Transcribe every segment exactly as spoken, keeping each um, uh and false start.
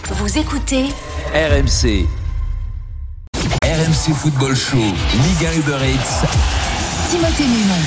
Vous écoutez R M C. R M C Football Show, Ligue un Uber Eats. Timothée Mémon.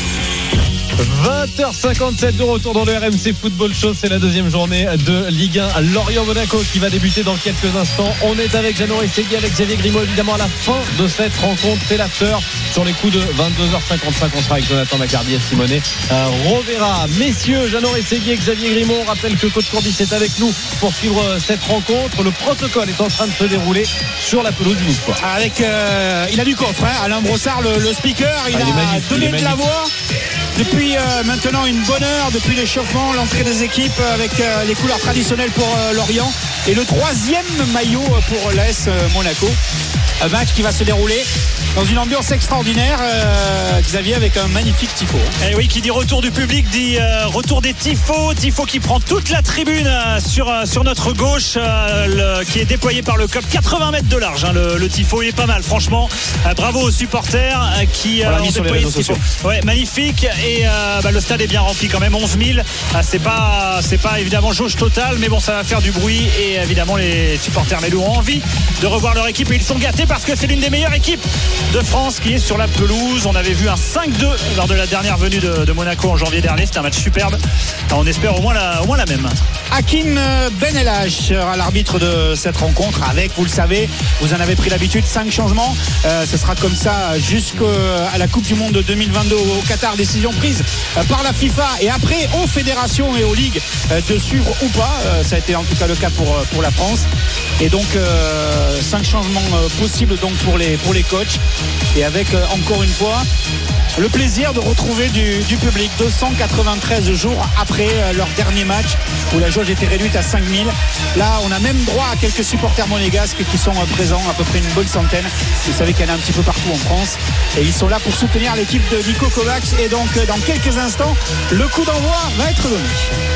vingt heures cinquante-sept de retour dans le R M C Football Show. C'est la deuxième journée de Ligue un Lorient-Monaco qui va débuter dans quelques instants. On est avec Jeannot Rességui, avec Xavier Grimaud évidemment à la fin de cette rencontre. C'est l'after sur les coups de vingt-deux heures cinquante-cinq. On sera avec Jonathan Macardy et Simonet euh, Rovera. Messieurs, Jeannot Rességui et Xavier Grimaud, on rappelle que coach Courbis est avec nous pour suivre cette rencontre. Le protocole est en train de se dérouler sur la pelouse du Niçois. Avec, euh, il a du coffre, hein. Alain Brossard, le, le speaker, il ah, a magique, donné de la voix depuis euh, maintenant une bonne heure, depuis l'échauffement, l'entrée des équipes avec euh, les couleurs traditionnelles pour euh, Lorient et le troisième maillot pour l'A S Monaco. Un match qui va se dérouler dans une ambiance extraordinaire, euh, Xavier, avec un magnifique tifo. Et oui, qui dit retour du public dit euh, retour des tifos. Tifo qui prend toute la tribune euh, sur, euh, sur notre gauche, euh, le, qui est déployé par le club. quatre-vingts mètres de large, hein, le, le tifo, il est pas mal, franchement. Euh, bravo aux supporters euh, qui euh, ont déployé ce tifo. Ouais, magnifique. Et euh, bah, le stade est bien rempli quand même, onze mille. Euh, c'est pas, c'est pas évidemment jauge totale, mais bon, ça va faire du bruit. Et évidemment, les supporters Melou ont envie de revoir leur équipe et ils sont gâtés parce que c'est l'une des meilleures équipes de France qui est sur la pelouse. On avait vu un cinq deux lors de la dernière venue de, de Monaco en janvier dernier. C'était un match superbe. Alors on espère au moins la, au moins la même. Hakim Ben Elhaj sera l'arbitre de cette rencontre avec, vous le savez, vous en avez pris l'habitude, cinq changements. Euh, ce sera comme ça jusqu'à la Coupe du Monde deux mille vingt-deux au Qatar. Décision prise par la FIFA et après aux fédérations et aux ligues de suivre ou pas. Ça a été en tout cas le cas pour, pour la France. Et donc euh, cinq changements possibles donc pour les, pour les coachs. Et avec euh, encore une fois le plaisir de retrouver du, du public deux cent quatre-vingt-treize jours après euh, leur dernier match où la jauge était réduite à cinq mille. Là on a même droit à quelques supporters monégasques qui sont euh, présents, à peu près une bonne centaine. Vous savez qu'il y en a un petit peu partout en France et ils sont là pour soutenir l'équipe de Nico Kovacs. Et donc euh, dans quelques instants le coup d'envoi va être donné.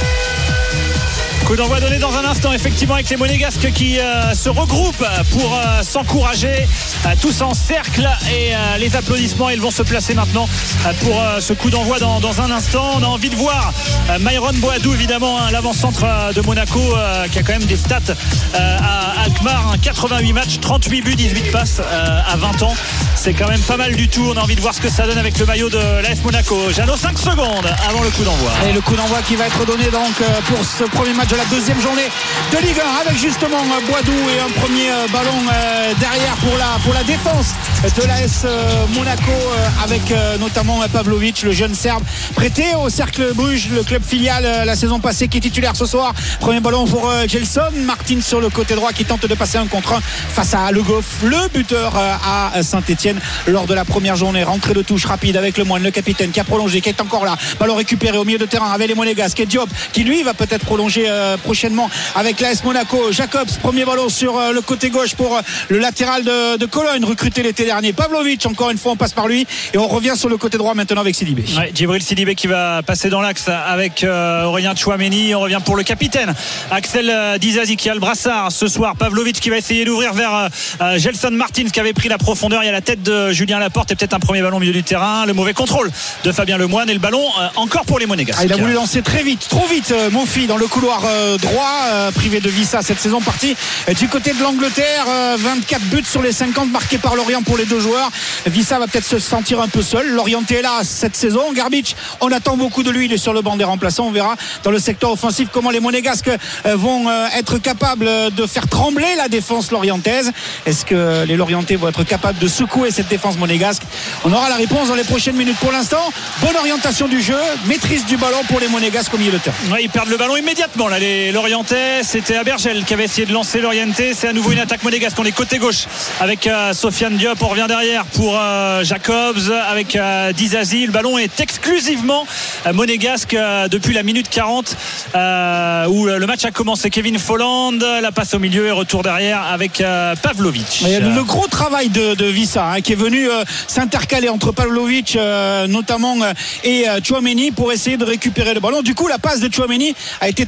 Coup d'envoi donné dans un instant, effectivement, avec les Monégasques qui euh, se regroupent pour euh, s'encourager, euh, tous en cercle, et euh, les applaudissements, ils vont se placer maintenant euh, pour euh, ce coup d'envoi dans, dans un instant. On a envie de voir euh, Myron Boadou, évidemment, hein, l'avant-centre euh, de Monaco, euh, qui a quand même des stats euh, à Alkmaar, hein, quatre-vingt-huit matchs, trente-huit buts, dix-huit passes euh, à vingt ans. C'est quand même pas mal du tout. On a envie de voir ce que ça donne avec le maillot de l'A S Monaco. Jeannot, cinq secondes avant le coup d'envoi. Et le coup d'envoi qui va être donné donc pour ce premier match de la deuxième journée de Ligue un avec justement Boadou et un premier ballon derrière pour la, pour la défense de l'A S Monaco avec notamment Pavlovic, le jeune Serbe prêté au Cercle Bruges, le club filial la saison passée, qui est titulaire ce soir. Premier ballon pour Gelson Martin sur le côté droit qui tente de passer un contre un face à Le Goff, le buteur à Saint-Etienne lors de la première journée. Rentrée de touche rapide avec le Moine, le capitaine qui a prolongé, qui est encore là, ballon récupéré au milieu de terrain avec les Monégasques et Diop qui lui va peut-être prolonger euh, prochainement avec l'A S Monaco. Jacobs, premier ballon sur euh, le côté gauche pour euh, le latéral de, de Cologne, recruté l'été dernier. Pavlovic, encore une fois on passe par lui et on revient sur le côté droit maintenant avec Sidibé. Ouais, Djibril Sidibé qui va passer dans l'axe avec euh, Aurélien Tchouaméni. On revient pour le capitaine Axel euh, Dizazi qui a le brassard ce soir. Pavlovic qui va essayer d'ouvrir vers euh, Gelson Martins qui avait pris la profondeur. Il y a la tête de Julien Laporte et peut-être un premier ballon au milieu du terrain. Le mauvais contrôle de Fabien Lemoine et le ballon euh, encore pour les Monégasques. Ah, il a voulu lancer très vite, trop vite euh, Mofi dans le couloir euh, droit, euh, privé de Vissa cette saison, partie euh, du côté de l'Angleterre. euh, vingt-quatre buts sur les cinquante marqués par Lorient pour les deux joueurs. Vissa va peut-être se sentir un peu seul. L'Orienté est là cette saison. Garbic, on attend beaucoup de lui, il est sur le banc des remplaçants. On verra dans le secteur offensif comment les Monégasques euh, vont euh, être capables de faire trembler la défense lorientaise. Est-ce que les Lorientais vont être capables de secouer cette défense monégasque? On aura la réponse dans les prochaines minutes. Pour l'instant, bonne orientation du jeu, maîtrise du ballon pour les Monégasques au milieu de terrain. Ouais, ils perdent le ballon immédiatement là, les Lorientais. C'était Abergel qui avait essayé de lancer l'Orienté. C'est à nouveau une attaque monégasque. On est côté gauche avec euh, Sofiane Diop. On revient derrière pour euh, Jacobs avec euh, Dizazi. Le ballon est exclusivement euh, monégasque euh, depuis la minute quarante euh, où le match a commencé. Kevin Folland, la passe au milieu et retour derrière avec euh, Pavlovic. Et le gros travail de, de Vissa hein, qui est venu euh, s'intercaler entre Pavlovic euh, notamment euh, et euh, Tchouaméni pour essayer de récupérer le ballon. Du coup la passe de Tchouaméni a été très approfondie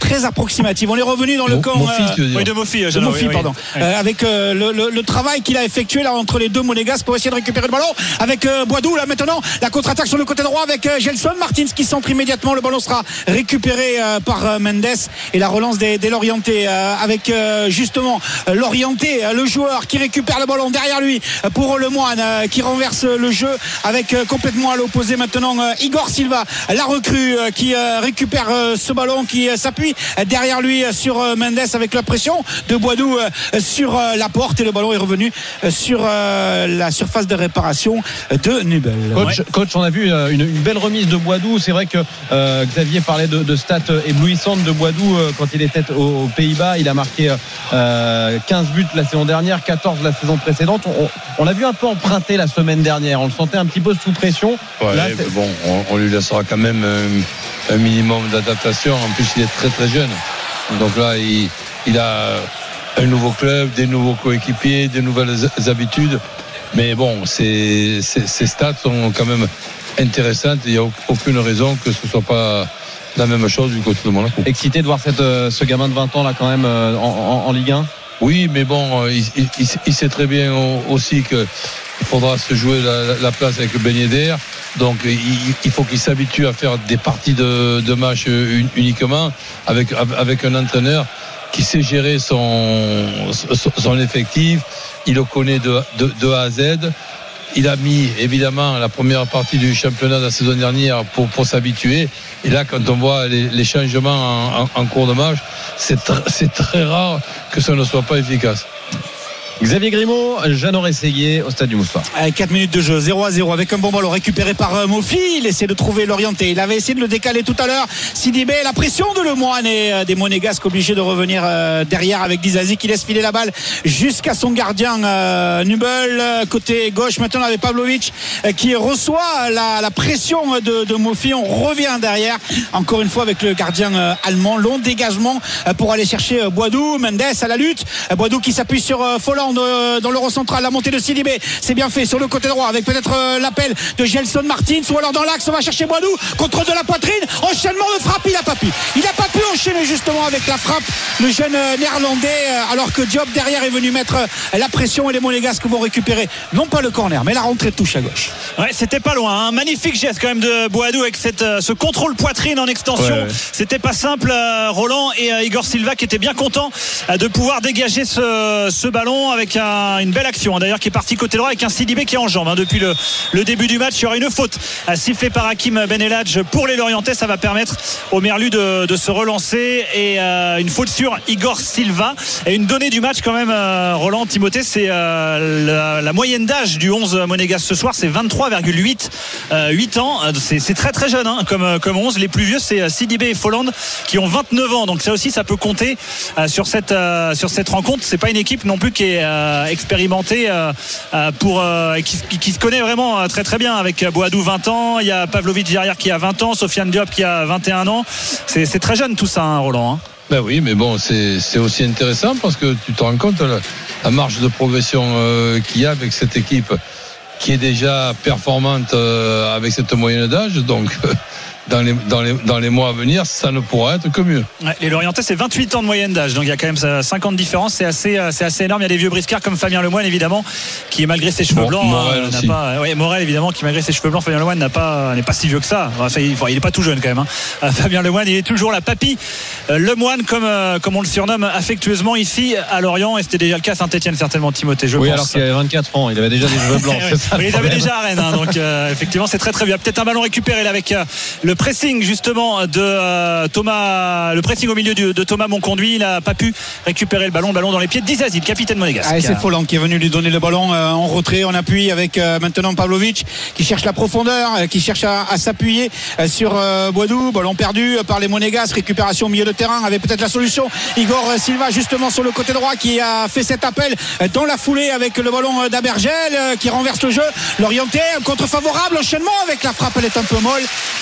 approximative. On est revenu dans le Mo- camp Mofi, tu veux dire. Oui, de Mofi, de Jeannot, Mofi, oui, oui. pardon. Oui. Euh, avec euh, le, le, le travail qu'il a effectué là entre les deux monégasques pour essayer de récupérer le ballon avec euh, Boadou là maintenant la contre-attaque sur le côté droit avec euh, Gelson Martins qui centre immédiatement. Le ballon sera récupéré euh, par euh, Mendes et la relance des, des Lorientais euh, avec euh, justement euh, Lorientais, euh, le joueur qui récupère le ballon derrière lui euh, pour Le Moine euh, qui renverse le jeu avec euh, complètement à l'opposé maintenant euh, Igor Silva, la recrue euh, qui euh, récupère euh, ce ballon, qui euh, s'appuie euh, derrière lui euh, sur euh, Mendes avec la pression de Boadou euh, sur euh, la porte, et le ballon est revenu euh, sur euh, la surface de réparation de Nubel. Coach, Ouais. coach, on a vu euh, une, une belle remise de Boadou. C'est vrai que euh, Xavier parlait de, de stats éblouissantes de Boadou euh, quand il était aux, aux Pays-Bas. Il a marqué euh, quinze buts la saison dernière, quatorze la saison précédente. On, on l'a vu un peu emprunté la semaine dernière. On le sentait un petit peu sous pression. Ouais, Là, mais c'est- bon, on, on lui laissera quand même un, un minimum d'adaptation. En plus, il est très très jeune. Donc là, il, il a un nouveau club, des nouveaux coéquipiers, des nouvelles habitudes. Mais bon, ces, ces, ces stats sont quand même intéressantes. Il n'y a aucune raison que ce ne soit pas la même chose du côté de Monaco. excité de voir cette, euh, ce gamin de vingt ans là quand même euh, en, en, en Ligue un. Oui, mais bon, il, il, il, il sait très bien aussi qu'il faudra se jouer la, la place avec Ben Yedder. Donc il, il faut qu'il s'habitue à faire des parties de, de match uniquement avec, avec un entraîneur qui sait gérer son, son effectif. Il le connaît de, de, de A à Z. Il a mis évidemment la première partie du championnat de la saison dernière pour, pour s'habituer. Et là, quand on voit les, les changements en, en, en cours de match, c'est, tr- c'est très rare que ça ne soit pas efficace. Xavier Grimaud, Jeannot Rességuier au stade du Moustoir. quatre minutes de jeu, zéro à zéro avec un bon ballon récupéré par euh, Mofi. Il essaie de trouver Lorientais. Il avait essayé de le décaler tout à l'heure. Sidibé, la pression de Le Moine et euh, des Monégasques obligés de revenir euh, derrière avec Dizazi qui laisse filer la balle jusqu'à son gardien euh, Nubel. Euh, côté gauche maintenant avec Pavlovic euh, qui reçoit la, la pression de, de Mofi. On revient derrière encore une fois avec le gardien euh, allemand. Long dégagement euh, pour aller chercher euh, Boadou. Mendes à la lutte. Euh, Boadou qui s'appuie sur euh, Folland dans l'euro central, la montée de Sidibé, c'est bien fait sur le côté droit avec peut-être euh, l'appel de Gelson Martins, ou alors dans l'axe on va chercher Boadou, contrôle de la poitrine, enchaînement de frappe, il a pas pu il a pas pu enchaîner justement avec la frappe, le jeune euh, néerlandais, euh, alors que Diop derrière est venu mettre euh, la pression, et les Monégasques vont récupérer non pas le corner mais la rentrée de touche à gauche. Ouais, c'était pas loin, un magnifique geste quand même de Boadou avec cette, euh, ce contrôle poitrine en extension. Ouais, ouais. C'était pas simple, euh, Roland, et euh, Igor Silva qui était bien content euh, de pouvoir dégager ce, ce ballon avec un, une belle action, hein, d'ailleurs, qui est parti côté droit avec un Sidibé qui est en jambe, hein, depuis le, le début du match. Il y aura une faute euh, sifflée par Hakim Ben Eladj pour les Lorientais. Ça va permettre au Merlu de, de se relancer, et euh, une faute sur Igor Silva. Et une donnée du match quand même, euh, Roland, Timothée, c'est euh, la, la moyenne d'âge du onze monégasque ce soir, c'est vingt-trois virgule huit euh, huit ans. C'est, c'est très très jeune, hein, comme, comme onze. Les plus vieux, c'est Sidibé et Folland qui ont vingt-neuf ans. Donc ça aussi, ça peut compter euh, sur, cette, euh, sur cette rencontre. C'est pas une équipe non plus qui est euh, expérimentée euh, euh, pour, euh, qui, qui, qui se connaît vraiment euh, très très bien, avec Boadou vingt ans. Il y a Pavlovic derrière qui a vingt ans, Sofiane Diop qui a vingt et un ans. C'est, c'est très jeune tout ça, hein, Roland, hein. Ben oui, mais bon, c'est, c'est aussi intéressant parce que tu te rends compte la, la marge de progression euh, qu'il y a avec cette équipe qui est déjà performante euh, avec cette moyenne d'âge. Donc euh, dans les, dans, les, dans les mois à venir, ça ne pourra être que mieux. Ouais, les Lorientais, c'est vingt-huit ans de moyenne d'âge, donc il y a quand même cinquante de différence. C'est assez, c'est assez énorme. Il y a des vieux briscards comme Fabien Lemoine, évidemment, qui malgré ses cheveux Bon, blancs, Morel hein, n'a aussi. pas. Ouais, Morel, évidemment, qui malgré ses cheveux blancs, Fabien Lemoine n'a pas, n'est pas si vieux que ça. Enfin, il, il est pas tout jeune quand même, hein. Euh, Fabien Lemoine, il est toujours la papy euh, Lemoine, comme euh, comme on le surnomme affectueusement ici à Lorient, et c'était déjà le cas à Saint-Etienne, certainement, Timothée, je Oui, pense. alors qu'il avait vingt-quatre ans, il avait déjà des cheveux blancs. Ouais, C'est ça, ouais, le il avait problème. déjà à Rennes, hein, donc euh, effectivement c'est très très bien. Peut-être un ballon récupéré là avec euh, le pressing justement de euh, Thomas, le pressing au milieu de, de Thomas Monconduit. Il n'a pas pu récupérer le ballon, le ballon dans les pieds de Dizazi, le capitaine monégasque. Ah, c'est Folland qui est venu lui donner le ballon euh, en retrait, en appui avec euh, maintenant Pavlovic qui cherche la profondeur, euh, qui cherche à, à s'appuyer euh, sur euh, Boadou. Ballon perdu euh, par les Monégasques, récupération au milieu de terrain avec peut-être la solution. Igor Silva justement sur le côté droit qui a fait cet appel euh, dans la foulée avec le ballon euh, d'Abergel euh, qui renverse le jeu. Lorientais, un contre favorable, enchaînement avec la frappe, elle est un peu molle et elle va être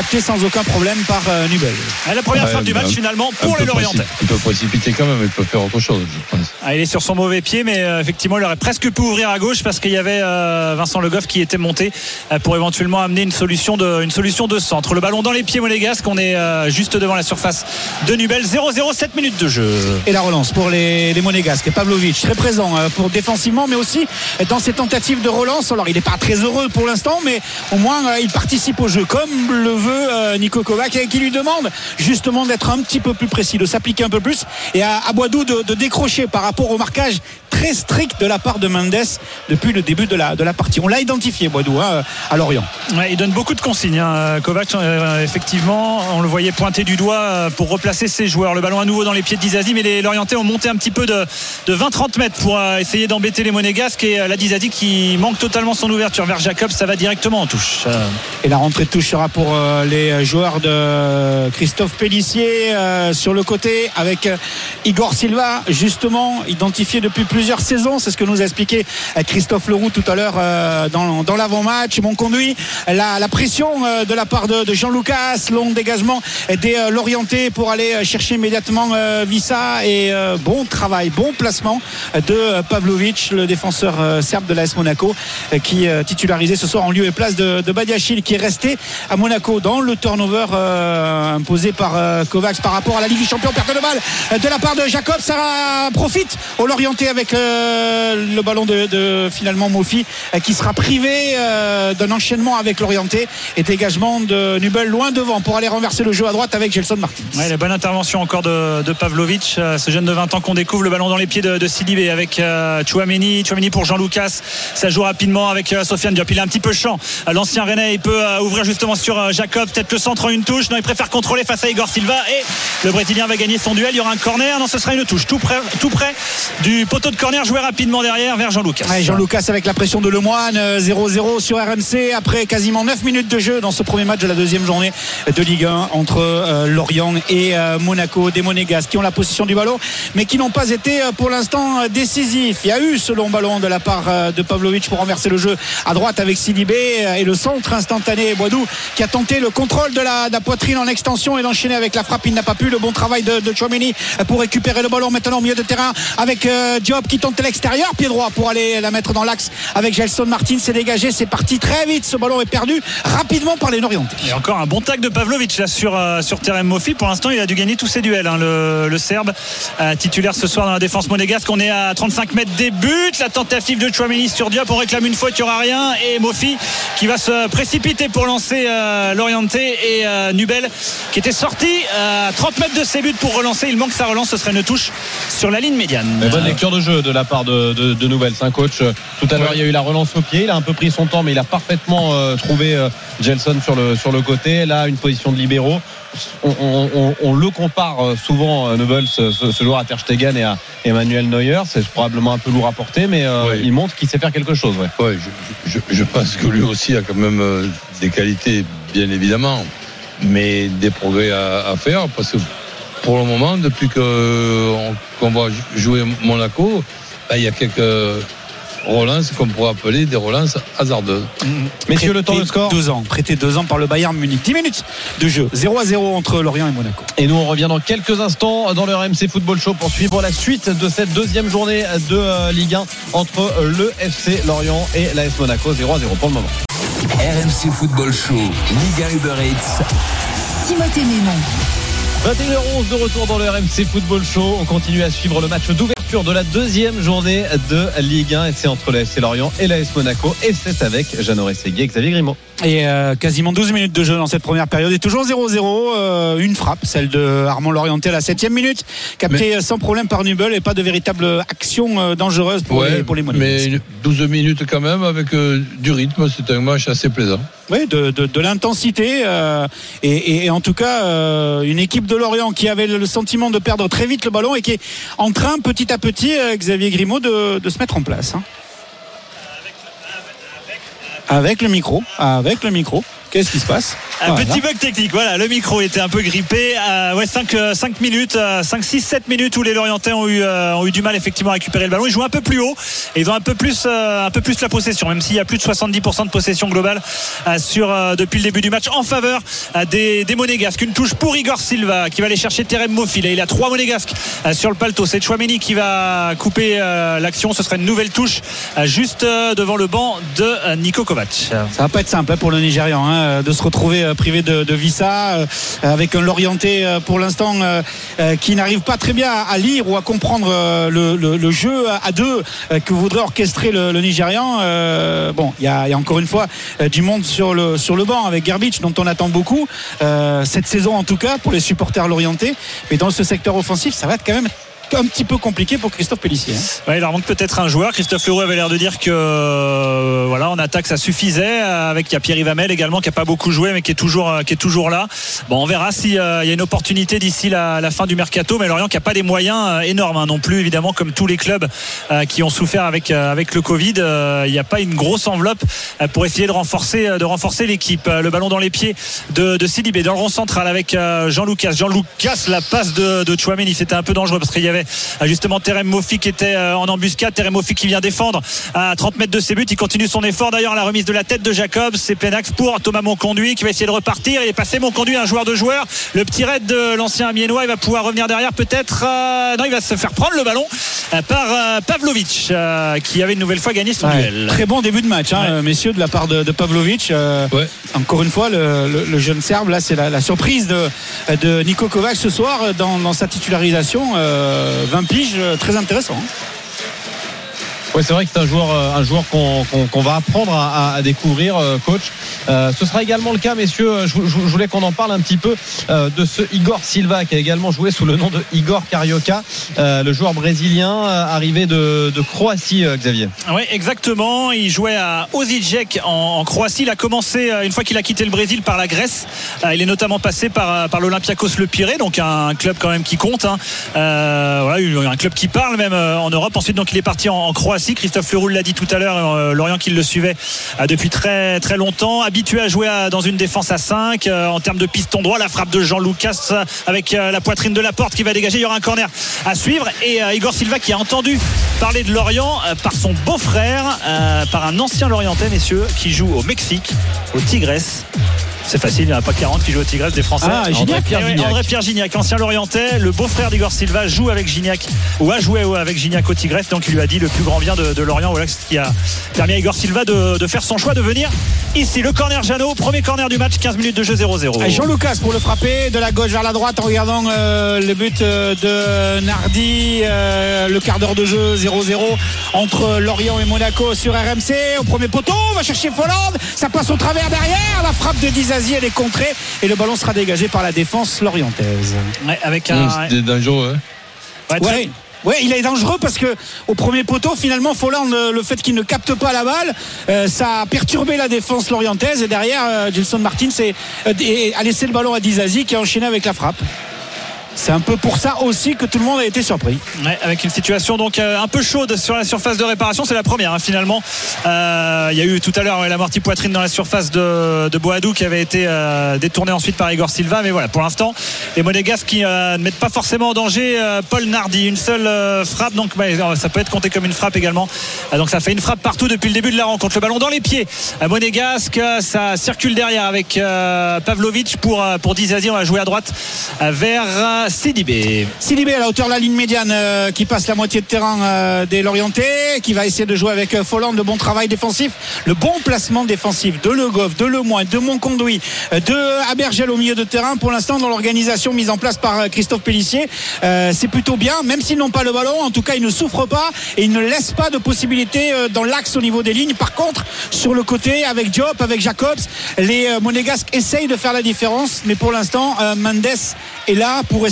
capté sans aucun problème par euh, Nubel. À la première Ouais, fin du match finalement pour les Lorientais. Précip- il peut précipiter quand même, il peut faire autre chose, je pense. Ah, il est sur son mauvais pied, mais euh, effectivement il aurait presque pu ouvrir à gauche parce qu'il y avait euh, Vincent Le Goff qui était monté euh, pour éventuellement amener une solution de, une solution de centre. Le ballon dans les pieds monégasques, on est euh, juste devant la surface de Nubel. zéro zéro, sept minutes de jeu. Et la relance pour les, les Monégasques. Et Pavlovic très présent euh, pour défensivement, mais aussi dans ses tentatives de relance. Alors il n'est pas très heureux pour l'instant, mais au moins euh, il participe au jeu comme le veut euh, Niko Kovac, et qui lui demande justement d'être un petit peu plus précis, de s'appliquer un peu plus, et à, à Boadou de, de décrocher par rapport au marquage très strict de la part de Mendes depuis le début de la, de la partie. On l'a identifié, Boadou, hein, à Lorient. Ouais, il donne beaucoup de consignes, hein. Kovac, euh, effectivement, on le voyait pointer du doigt euh, pour replacer ses joueurs. Le ballon à nouveau dans les pieds de Dizazi, mais les Lorientais ont monté un petit peu de, de vingt à trente mètres pour euh, essayer d'embêter les Monégasques, et euh, la Dizazi qui manque totalement son ouverture vers Jacobs, ça va directement en touche. Euh... Et la rentrée de touche sera pour euh, les joueurs de Christophe Pélissier euh, sur le côté, avec euh, Igor Silva, justement identifié depuis plusieurs saisons. C'est ce que nous a expliqué euh, Christophe Leroux tout à l'heure euh, dans, dans l'avant-match. Mon conduit, la, la pression euh, de la part de, de Jean Lucas, long dégagement des euh, Lorientais pour aller chercher immédiatement euh, Vissa, et euh, bon travail, bon placement de euh, Pavlovic, le défenseur euh, serbe de l'A S Monaco, euh, qui euh, titularisé ce soir en lieu et place de, de Badiachil, qui est resté à Monaco dans le turnover euh, imposé par euh, Kovacs par rapport à la Ligue des Champions. Perte de balle euh, de la part de Jacob, ça profite au Lorientais avec euh, le ballon de, de finalement Mofi, euh, qui sera privé euh, d'un enchaînement avec Lorientais, et dégagement de Nubel loin devant pour aller renverser le jeu à droite avec Gelson Martins. Ouais, la bonne intervention encore de, de Pavlovic, euh, ce jeune de vingt ans qu'on découvre. Le ballon dans les pieds de, de Sidibé avec euh, Chouameni Chouameni pour Jean Lucas, ça joue rapidement avec euh, Sofiane Diop. Il est un petit peu champ, l'ancien Rennais, il peut euh, ouvrir justement sur euh, Jacob, peut-être le centre en une touche. Non, il préfère contrôler face à Igor Silva, et le Brésilien va gagner son duel. Il y aura un corner, non, ce sera une touche tout près, tout près du poteau de corner, joué rapidement derrière vers Jean Lucas. Ouais, Jean Lucas avec la pression de Lemoine, zéro zéro sur R M C après quasiment neuf minutes de jeu dans ce premier match de la deuxième journée de Ligue un entre euh, Lorient et euh, Monaco. Des Monégasques qui ont la possession du ballon, mais qui n'ont pas été euh, pour l'instant euh, décisifs. Il y a eu ce long ballon de la part euh, de Pavlovic pour renverser le jeu à droite avec Sidibé, euh, et le centre instantané Boadou qui a tenté le contrôle de la, de la poitrine en extension et d'enchaîner avec la frappe. Il n'a pas pu. Le bon travail de, de Chouameni pour récupérer le ballon maintenant au milieu de terrain avec euh, Diop qui tente l'extérieur, pied droit pour aller la mettre dans l'axe avec Gelson Martins. C'est dégagé, c'est parti très vite. Ce ballon est perdu rapidement par les Lorientais. Et encore un bon tac de Pavlovic là sur, euh, sur Terem Mofi. Pour l'instant, il a dû gagner tous ses duels, hein, le, le Serbe euh, titulaire ce soir dans la défense monégasque. On est à trente-cinq mètres des buts. La tentative de Chouameni sur Diop, on réclame une faute, il n'y aura rien, et Mofi qui va se précipiter pour lancer euh, Lorientais, et euh, Nubel qui était sorti à euh, trente mètres de ses buts pour relancer. Il manque sa relance, ce serait une touche sur la ligne médiane. Mais bonne lecture de jeu de la part de, de, de Nubel, c'est un coach. Tout à l'heure, il y a eu la relance au pied, il a un peu pris son temps, mais il a parfaitement euh, trouvé euh, Gelson sur le, sur le côté. Là, une position de libéraux. On, on, on, on le compare souvent, euh, Nubel, ce, ce, ce joueur à Ter Stegen et à Emmanuel Neuer. C'est probablement un peu lourd à porter, mais euh, oui. il montre qu'il sait faire quelque chose. Ouais, ouais je, je, je pense que lui aussi a quand même euh, des qualités, bien évidemment, mais des progrès à, à faire, parce que pour le moment, depuis que, qu'on va jouer Monaco, ben, il y a quelques relances qu'on pourrait appeler des relances hasardeuses. Messieurs, le temps de score deux ans, prêté deux ans par le Bayern Munich. dix minutes de jeu, zéro à zéro entre Lorient et Monaco. Et nous on revient dans quelques instants dans le R M C Football Show pour suivre la suite de cette deuxième journée de Ligue un entre le F C Lorient et l'A S Monaco. Zéro à zéro pour le moment. R M C Football Show, Ligue un Uber Eats. Timothée Mémon. vingt et une heures onze de retour dans le R M C Football Show. On continue à suivre le match d'ouverture de la deuxième journée de Ligue un, et c'est entre le F C Lorient et l'A S Monaco, et c'est avec Jeannot Rességuier et Xavier Grimaud. Et euh, quasiment douze minutes de jeu dans cette première période, et toujours zéro zéro, euh, une frappe, celle de Armand Lorientais à la septième minute, captée mais, sans problème par Nubel, et pas de véritable action euh, dangereuse pour, ouais, les, pour les Monégasques. Mais douze minutes quand même avec euh, du rythme, c'est un match assez plaisant. Oui, de, de, de l'intensité euh, et, et, et en tout cas euh, une équipe de Lorient qui avait le sentiment de perdre très vite le ballon et qui est en train petit à petit, euh, Xavier Grimaud, de, de se mettre en place. Hein. Avec le micro, avec le micro. Qu'est-ce qui se passe ? Un petit bug technique, voilà, le micro était un peu grippé. Euh, ouais, cinq, cinq minutes, cinq, six, sept minutes où les Lorientais ont eu, euh, ont eu du mal effectivement à récupérer le ballon. Ils jouent un peu plus haut et ils ont un peu plus, euh, un peu plus la possession, même s'il y a plus de soixante-dix pour cent de possession globale euh, sur, euh, depuis le début du match en faveur euh, des, des Monégasques. Une touche pour Igor Silva qui va aller chercher Terem Mofil. Et il a trois Monégasques euh, sur le paletot. C'est Chouameni qui va couper euh, l'action. Ce sera une nouvelle touche euh, juste euh, devant le banc de euh, Niko Kovac. Ça va pas être simple hein, pour le Nigérian hein, de se retrouver euh, privé de, de Vissa euh, avec un Lorientais euh, pour l'instant euh, euh, qui n'arrive pas très bien à, à lire ou à comprendre euh, le, le, le jeu à deux euh, que voudrait orchestrer le, le Nigérian. Euh, bon, il y, y a encore une fois euh, du monde sur le, sur le banc avec Gerbic dont on attend beaucoup euh, cette saison en tout cas pour les supporters lorientais, mais dans ce secteur offensif ça va être quand même un petit peu compliqué pour Christophe Pélissier. Ouais, il leur manque peut-être un joueur. Christophe Leroux avait l'air de dire que euh, voilà, en attaque ça suffisait. Avec il y a Pierre Yves également qui a pas beaucoup joué mais qui est toujours qui est toujours là. Bon, on verra s'il euh, y a une opportunité d'ici la, la fin du mercato. Mais Lorient qui a pas des moyens euh, énormes hein, non plus évidemment comme tous les clubs euh, qui ont souffert avec euh, avec le Covid. Euh, il n'y a pas une grosse enveloppe euh, pour essayer de renforcer euh, de renforcer l'équipe. Euh, le ballon dans les pieds de, de Sidibé dans le rond central avec euh, Jean Lucas. Jean Lucas, la passe de, de Chouameni, c'était un peu dangereux parce qu'il y avait justement Terem Mofik qui était en embuscade. Terem Mofik qui vient défendre à trente mètres de ses buts. Il continue son effort d'ailleurs à la remise de la tête de Jacobs. C'est plein axe pour Thomas Monconduit qui va essayer de repartir. Il est passé Monconduit, un joueur de joueur. Le petit raid de l'ancien Amiénois, il va pouvoir revenir derrière peut-être. Euh, non, il va se faire prendre le ballon euh, par euh, Pavlovic euh, qui avait une nouvelle fois gagné son ouais, duel. Très bon début de match hein, ouais. messieurs de la part de, de Pavlovic. Euh, ouais. Encore une fois le, le, le jeune Serbe là c'est la, la surprise de, de Niko Kovac ce soir dans, dans sa titularisation. euh, vingt piges, très intéressant. Oui, c'est vrai que c'est un joueur, un joueur qu'on, qu'on, qu'on va apprendre à, à découvrir, coach. Euh, ce sera également le cas, messieurs. Je, je, je voulais qu'on en parle un petit peu euh, de ce Igor Silva qui a également joué sous le nom de Igor Carioca, euh, le joueur brésilien euh, arrivé de, de Croatie, euh, Xavier. Oui, exactement. Il jouait à Osijek en, en Croatie. Il a commencé euh, une fois qu'il a quitté le Brésil par la Grèce. Euh, il est notamment passé par, par l'Olympiakos Le Pirée, donc un club quand même qui compte. Hein. Euh, voilà, un club qui parle même euh, en Europe. Ensuite, donc il est parti en, en Croatie. Christophe Leroux l'a dit tout à l'heure, euh, Lorient qui le suivait euh, depuis très très longtemps, habitué à jouer à, dans une défense à cinq euh, en termes de piston droit. La frappe de Jean Lucas euh, avec euh, la poitrine de Laporte qui va dégager. Il y aura un corner à suivre et euh, Igor Silva qui a entendu parler de Lorient euh, par son beau-frère, euh, par un ancien Lorientais, messieurs, qui joue au Mexique, au Tigres. C'est facile, il n'y en a pas quarante qui jouent au Tigres, des Français. Ah, Gignac, André, Pierre André Pierre Gignac, ancien Lorientais, le beau-frère d'Igor Silva joue avec Gignac ou a joué avec Gignac au Tigres, donc il lui a dit le plus grand bien de, de Lorient. Voilà ce qui a permis à Igor Silva de, de faire son choix de venir ici. Le corner Jeannot, premier corner du match, quinze minutes de jeu, zéro zéro. Jean Lucas pour le frapper de la gauche vers la droite en regardant euh, le but de Nardi. Euh, le quart d'heure de jeu, zéro zéro entre Lorient et Monaco sur R M C. Au premier poteau, on va chercher Folland, ça passe au travers derrière, la frappe de Dizazi, elle est contrée et le ballon sera dégagé par la défense lorientaise. Ouais, avec un... C'était dangereux, hein. Ouais, très... ouais. Ouais, il est dangereux parce que au premier poteau, finalement, Folland, le, le fait qu'il ne capte pas la balle, euh, ça a perturbé la défense lorientaise et derrière, euh, Gelson Martins est, euh, est, a laissé le ballon à Dizazi qui a enchaîné avec la frappe. C'est un peu pour ça aussi que tout le monde a été surpris. Ouais, avec une situation donc euh, un peu chaude sur la surface de réparation. C'est la première hein, finalement. Euh, il y a eu tout à l'heure ouais, la mortie poitrine dans la surface de, de Boadou qui avait été euh, détournée ensuite par Igor Silva. Mais voilà, pour l'instant, les Monégasques qui euh, ne mettent pas forcément en danger euh, Paul Nardi. Une seule euh, frappe, donc bah, ça peut être compté comme une frappe également. Euh, donc ça fait une frappe partout depuis le début de la rencontre. Le ballon dans les pieds. Euh, Monégasque, ça circule derrière avec euh, Pavlovic pour, euh, pour Dizazi. On va jouer à droite euh, vers euh, Sidibé. Sidibé à la hauteur de la ligne médiane euh, qui passe la moitié de terrain euh, des Lorientais, qui va essayer de jouer avec euh, Folland. Le bon travail défensif, le bon placement défensif de Le Goff, de Lemoine, de Monconduit, euh, de Abergel au milieu de terrain. Pour l'instant, dans l'organisation mise en place par euh, Christophe Pélissier, euh, c'est plutôt bien, même s'ils n'ont pas le ballon. En tout cas, ils ne souffrent pas et ils ne laissent pas de possibilités euh, dans l'axe au niveau des lignes. Par contre, sur le côté, avec Diop, avec Jacobs, les euh, Monégasques essayent de faire la différence, mais pour l'instant, euh, Mendes est là pour essayer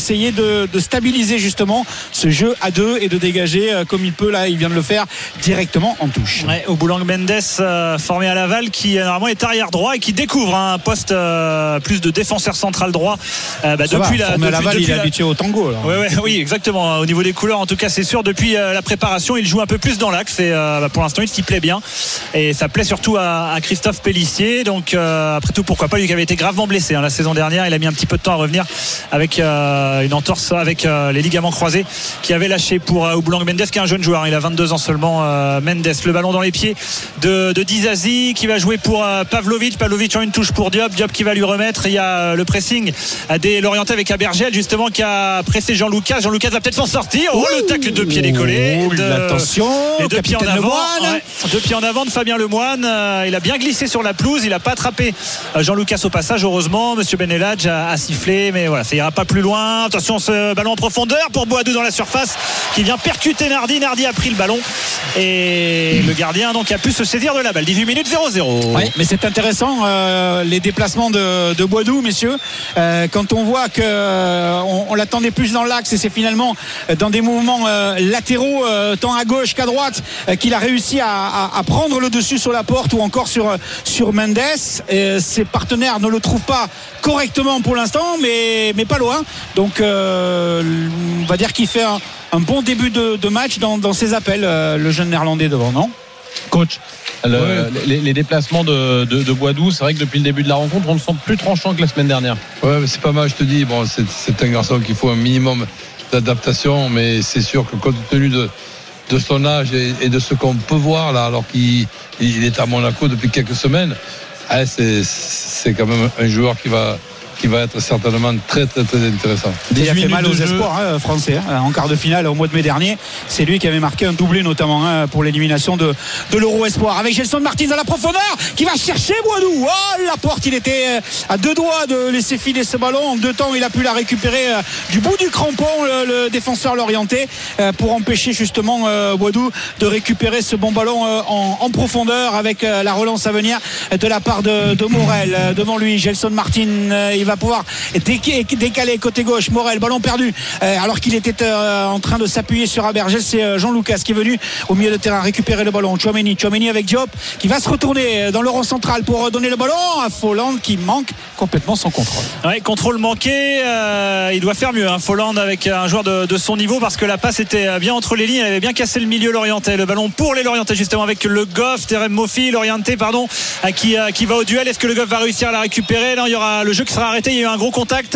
essayer de, de stabiliser justement ce jeu à deux et de dégager euh, comme il peut. Là, il vient de le faire directement en touche. Ouais, Obulang Mendes, euh, formé à Laval, qui euh, normalement est arrière droit et qui découvre hein, un poste euh, plus de défenseur central droit. Euh, bah, depuis va, la, depuis, à Laval, depuis il est la... habitué au tango. Là. Ouais, ouais, oui, exactement. Au niveau des couleurs, en tout cas, c'est sûr. Depuis euh, la préparation, il joue un peu plus dans l'axe et euh, bah, pour l'instant, il s'y plaît bien. Et ça plaît surtout à, à Christophe Pélissier. Donc, euh, après tout, pourquoi pas, lui qui avait été gravement blessé hein, la saison dernière. Il a mis un petit peu de temps à revenir avec euh, une entorse avec euh, les ligaments croisés qui avait lâché pour euh, Obulang Mendes, qui est un jeune joueur. Il a vingt-deux ans seulement. Euh, Mendes, le ballon dans les pieds de, de Dizazi qui va jouer pour euh, Pavlovic. Pavlovic en une touche pour Diop. Diop qui va lui remettre. Il y a euh, le pressing des Lorientais avec Abergel justement qui a pressé Jean-Lucas. Jean-Lucas va peut-être s'en sortir. Oh, le tacle de pied décollé. De... Attention, les deux pieds en avant. Ouais. Deux pieds en avant de Fabien Lemoine. Euh, il a bien glissé sur la pelouse. Il n'a pas attrapé euh, Jean-Lucas au passage. Heureusement, Monsieur Beneladj a, a sifflé, mais voilà, ça ira pas plus loin. Attention, ce ballon en profondeur pour Boadou dans la surface qui vient percuter Nardi. Nardi a pris le ballon et le gardien donc a pu se saisir de la balle. dix-huit minutes zéro zéro. Oui, mais c'est intéressant euh, les déplacements de, de Boadou, messieurs. Euh, quand on voit que euh, on, on l'attendait plus dans l'axe et c'est finalement dans des mouvements euh, latéraux, euh, tant à gauche qu'à droite, euh, qu'il a réussi à, à, à prendre le dessus sur la porte ou encore sur sur Mendes. Et ses partenaires ne le trouvent pas correctement pour l'instant, mais mais pas loin. Donc euh, on va dire qu'il fait un, un bon début de, de match dans, dans ses appels, euh, le jeune néerlandais devant, non? Coach, le, ouais. les, les déplacements de, de, de Boadou, c'est vrai que depuis le début de la rencontre, on le sent plus tranchant que la semaine dernière. Ouais, mais c'est pas mal, je te dis. Bon, c'est, c'est un garçon qu'il faut un minimum d'adaptation, mais c'est sûr que compte tenu de, de son âge et, et de ce qu'on peut voir là, alors qu'il il est à Monaco depuis quelques semaines, hein, c'est, c'est quand même un joueur qui va. qui va être certainement très très très intéressant. Il a fait mal aux espoirs hein, français hein, en quart de finale au mois de mai dernier. C'est lui qui avait marqué un doublé notamment hein, pour l'élimination de, de l'Euro Espoir. Avec Gelson Martins à la profondeur qui va chercher Boadou. Oh, la porte, il était à deux doigts de laisser filer ce ballon. En deux temps, il a pu la récupérer euh, du bout du crampon, le, le défenseur l'orienté euh, pour empêcher justement euh, Boadou de récupérer ce bon ballon euh, en, en profondeur avec euh, la relance à venir de la part de, de Morel. Euh, devant lui, Gelson Martins, euh, il va pouvoir décaler côté gauche. Morel, ballon perdu euh, alors qu'il était euh, en train de s'appuyer sur Abergel. C'est euh, Jean-Lucas qui est venu au milieu de terrain récupérer le ballon. Tchouaméni, Tchouaméni avec Diop qui va se retourner dans le rond central pour donner le ballon à Folland qui manque complètement son contrôle. Ouais, contrôle manqué. Euh, il doit faire mieux hein, Folland avec un joueur de, de son niveau parce que la passe était bien entre les lignes. Elle avait bien cassé le milieu Lorientais. Le ballon pour les Lorientais justement avec le Goff, Terem Mofi, Lorientais pardon, qui, qui va au duel. Est-ce que le Goff va réussir à la récupérer? Là, il y aura le jeu qui sera arrêté. Il y a eu un gros contact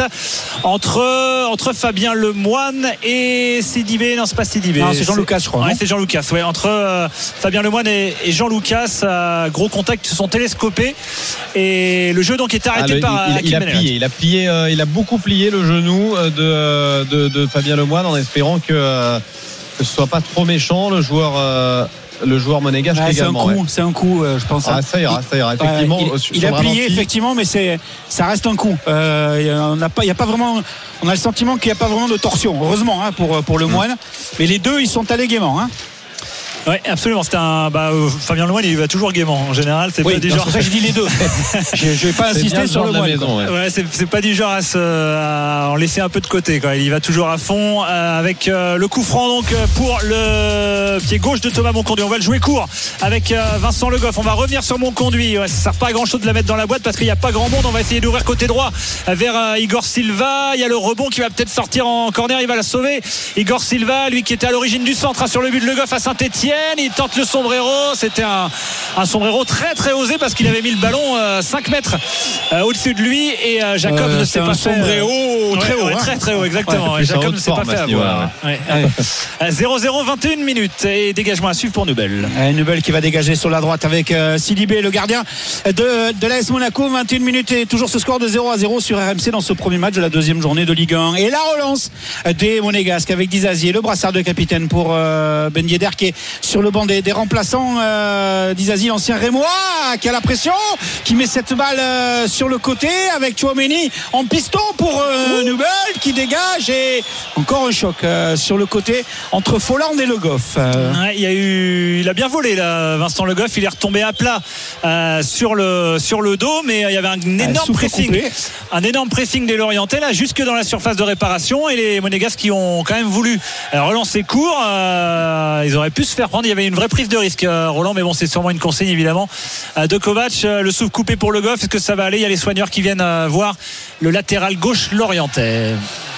entre, entre Fabien Lemoine et Sidibé. Non, c'est pas Sidibé. Non, c'est Jean-Lucas, je crois. Ouais, c'est Jean-Lucas. Ouais, entre euh, Fabien Lemoine et, et Jean-Lucas, euh, gros contact, ils se sont télescopés. Et le jeu donc est arrêté ah, le, par. Il, il, il a plié. Il a plié. Euh, il a beaucoup plié le genou de, de, de Fabien Lemoine en espérant que, euh, que ce soit pas trop méchant le joueur. Euh, le joueur monégasque ouais, également. C'est un coup, ouais. c'est un coup, euh, je pense. Ah, ça ira, ça ira. Effectivement, euh, il, il a plié ralenti. Effectivement, mais c'est, ça reste un coup. Euh, on n'a pas, il y a pas vraiment. On a le sentiment qu'il n'y a pas vraiment de torsion. Heureusement hein, pour pour le Moine. Mais les deux, ils sont allés gaiement. Hein. Oui, absolument. C'est un. Bah, euh, Fabien Lemoine, il va toujours gaiement. En général, c'est oui, pas du genre. C'est pour ça que je dis les deux. je, je vais pas insister sur le Moine. Maison, ouais. Ouais, c'est, c'est pas du genre à, se, à en laisser un peu de côté. Quoi. Il y va toujours à fond euh, avec euh, le coup franc donc pour le pied gauche de Thomas Monconduit. On va le jouer court avec euh, Vincent Le Goff. On va revenir sur Monconduit. Ouais, ça sert pas à grand chose de la mettre dans la boîte parce qu'il n'y a pas grand monde. On va essayer d'ouvrir côté droit vers euh, Igor Silva. Il y a le rebond qui va peut-être sortir en corner. Il va la sauver. Igor Silva, lui qui était à l'origine du centre hein, sur le but de Le Goff à Saint-Etienne. Il tente le sombrero. C'était un, un sombrero très très osé parce qu'il avait mis le ballon euh, cinq mètres euh, au-dessus de lui et euh, Jacob euh, ne s'est pas fait. Sombrero euh, très ouais, haut. Ouais, hein. Très très haut, exactement. Ouais, Jacob ne s'est pas fait avoir. Ouais. Ouais. zéro zéro, vingt et une minutes et dégagement à suivre pour Nubel. Euh, Nubel qui va dégager sur la droite avec euh, Sidibé, le gardien de, de l'A S Monaco. vingt et une minutes et toujours ce score de zéro à zéro sur R M C dans ce premier match de la deuxième journée de Ligue un. Et la relance des Monégasques avec Dizazi, le brassard de capitaine pour euh, Ben Yedder qui est sur le banc des, des remplaçants. Euh, Dizazi, l'ancien Rémois, qui a la pression, qui met cette balle euh, sur le côté avec Tchouaméni en piston pour euh, Nubel qui dégage et encore un choc euh, sur le côté entre Folland et Le Goff. Euh. Ouais, il y a eu, il a bien volé là, Vincent Le Goff. Il est retombé à plat euh, sur le sur le dos, mais il y avait un énorme pressing, coupé. un énorme pressing des Lorientais là, jusque dans la surface de réparation, et les Monégasques qui ont quand même voulu relancer court. Euh, ils auraient pu se faire prendre. Il y avait une vraie prise de risque, euh, Roland, mais bon, c'est sûrement une consigne évidemment euh, de Kovac. Euh, le souffle coupé pour Le Goff. Est-ce que ça va aller? Il y a les soigneurs qui viennent euh, voir le latéral gauche lorientais.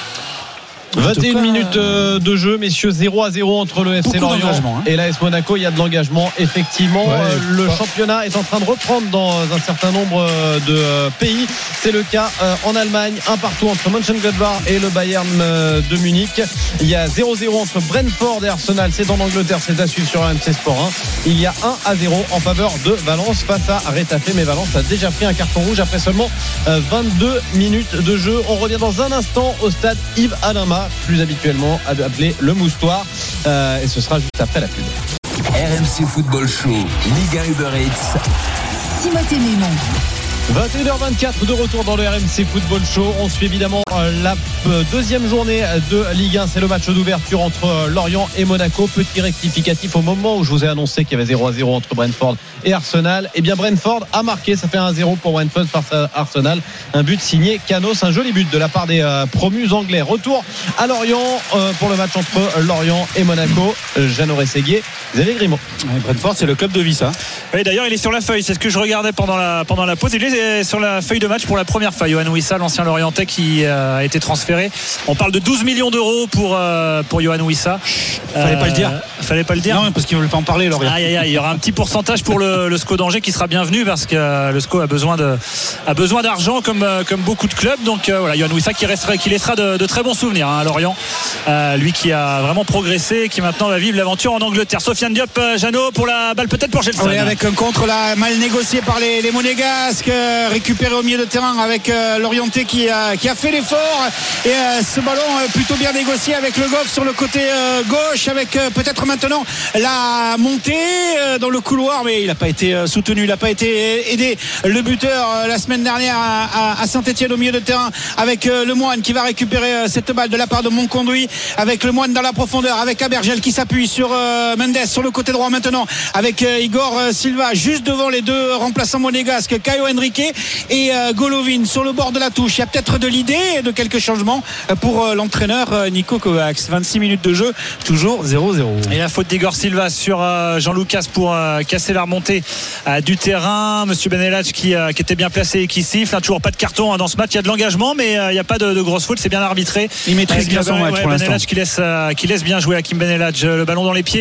vingt et une minutes de jeu, messieurs, zéro à zéro entre le F C Lorient hein. et l'A S Monaco. Il y a de l'engagement, effectivement. Ouais, le pas. championnat est en train de reprendre dans un certain nombre de pays. C'est le cas en Allemagne, un partout entre Mönchengladbach et le Bayern de Munich. Il y a zéro zéro entre Brentford et Arsenal. C'est en Angleterre, c'est à suivre sur R M C Sport un. Il y a un à zéro en faveur de Valence face à Retafe, mais Valence a déjà pris un carton rouge après seulement vingt-deux minutes de jeu. On revient dans un instant au stade Yves Alain, plus habituellement appelé le Moustoir, euh, et ce sera juste après la pub. R M C Football Show, Ligue un Uber Eats. Timothée Mémon. vingt et une heures vingt-quatre de retour dans le R M C Football Show. On suit évidemment la deuxième journée de Ligue un. C'est le match d'ouverture entre Lorient et Monaco. Petit rectificatif au moment où je vous ai annoncé qu'il y avait zéro à zéro entre Brentford et Arsenal. Et bien Brentford a marqué, ça fait un zéro pour Brentford face à Arsenal. Un but signé Canos, un joli but de la part des euh, promus anglais. Retour à Lorient euh, pour le match entre Lorient et Monaco. Jeannot Rességuier, Xavier Grimaud. Ouais, Brentford, c'est le club de vie, ça. Oui, d'ailleurs, il est sur la feuille. C'est ce que je regardais pendant la, pendant la pause. Il est sur la feuille de match pour la première fois. Yohan Wissa, l'ancien Lorientais qui euh, a été transféré. On parle de douze millions d'euros pour, euh, pour Yohan Wissa. Fallait euh, pas le dire. Fallait pas le dire. Non, parce qu'ils ne veulent pas en parler, Lorient. Aïe, aïe, aïe. Il y aura un petit pourcentage pour le, le S C O d'Angers qui sera bienvenu parce que euh, le S C O a besoin, de, a besoin d'argent comme, euh, comme beaucoup de clubs. Donc euh, voilà, Yohan Wissa qui, restera, qui laissera de, de très bons souvenirs hein, à Lorient. Euh, lui qui a vraiment progressé et qui maintenant va vivre l'aventure en Angleterre. Sofiane Diop, euh, Jeannot pour la balle peut-être pour Gelson. Oui, avec un contre là, mal négocié par les, les Monégasques, euh, récupéré au milieu de terrain avec euh, Lorientais qui, euh, qui a fait l'effort et euh, ce ballon euh, plutôt bien négocié avec Le Goff sur le côté euh, gauche avec euh, peut-être maintenant la montée euh, dans le couloir, mais il n'a pas été euh, soutenu, il n'a pas été aidé. Le buteur euh, la semaine dernière à, à, à Saint-Etienne au milieu de terrain avec euh, Le Moine qui va récupérer euh, cette balle de la part de Monconduit, avec Le Moine dans la profondeur, avec Abergel qui s'appuie sur euh, Mendes sur le côté droit maintenant avec euh, Igor euh, Silva juste devant les deux remplaçants monégasques, Caio Henrique et euh, Golovin sur le bord de la touche. Il y a peut-être de l'idée de quelques changements pour euh, l'entraîneur euh, Nico Kovacs. vingt-six minutes de jeu, toujours zéro zéro. Et la faute d'Igor Silva sur euh, Jean-Lucas pour euh, casser la remontée euh, du terrain. Monsieur Benelach qui, euh, qui était bien placé et qui siffle. Hein, toujours pas de carton hein, dans ce match. Il y a de l'engagement, mais euh, il n'y a pas de, de grosse faute. C'est bien arbitré. Il maîtrise bien son match ouais, pour Benelach l'instant. Qui laisse, euh, qui laisse bien jouer Hakim Benelach. Le ballon dans les pieds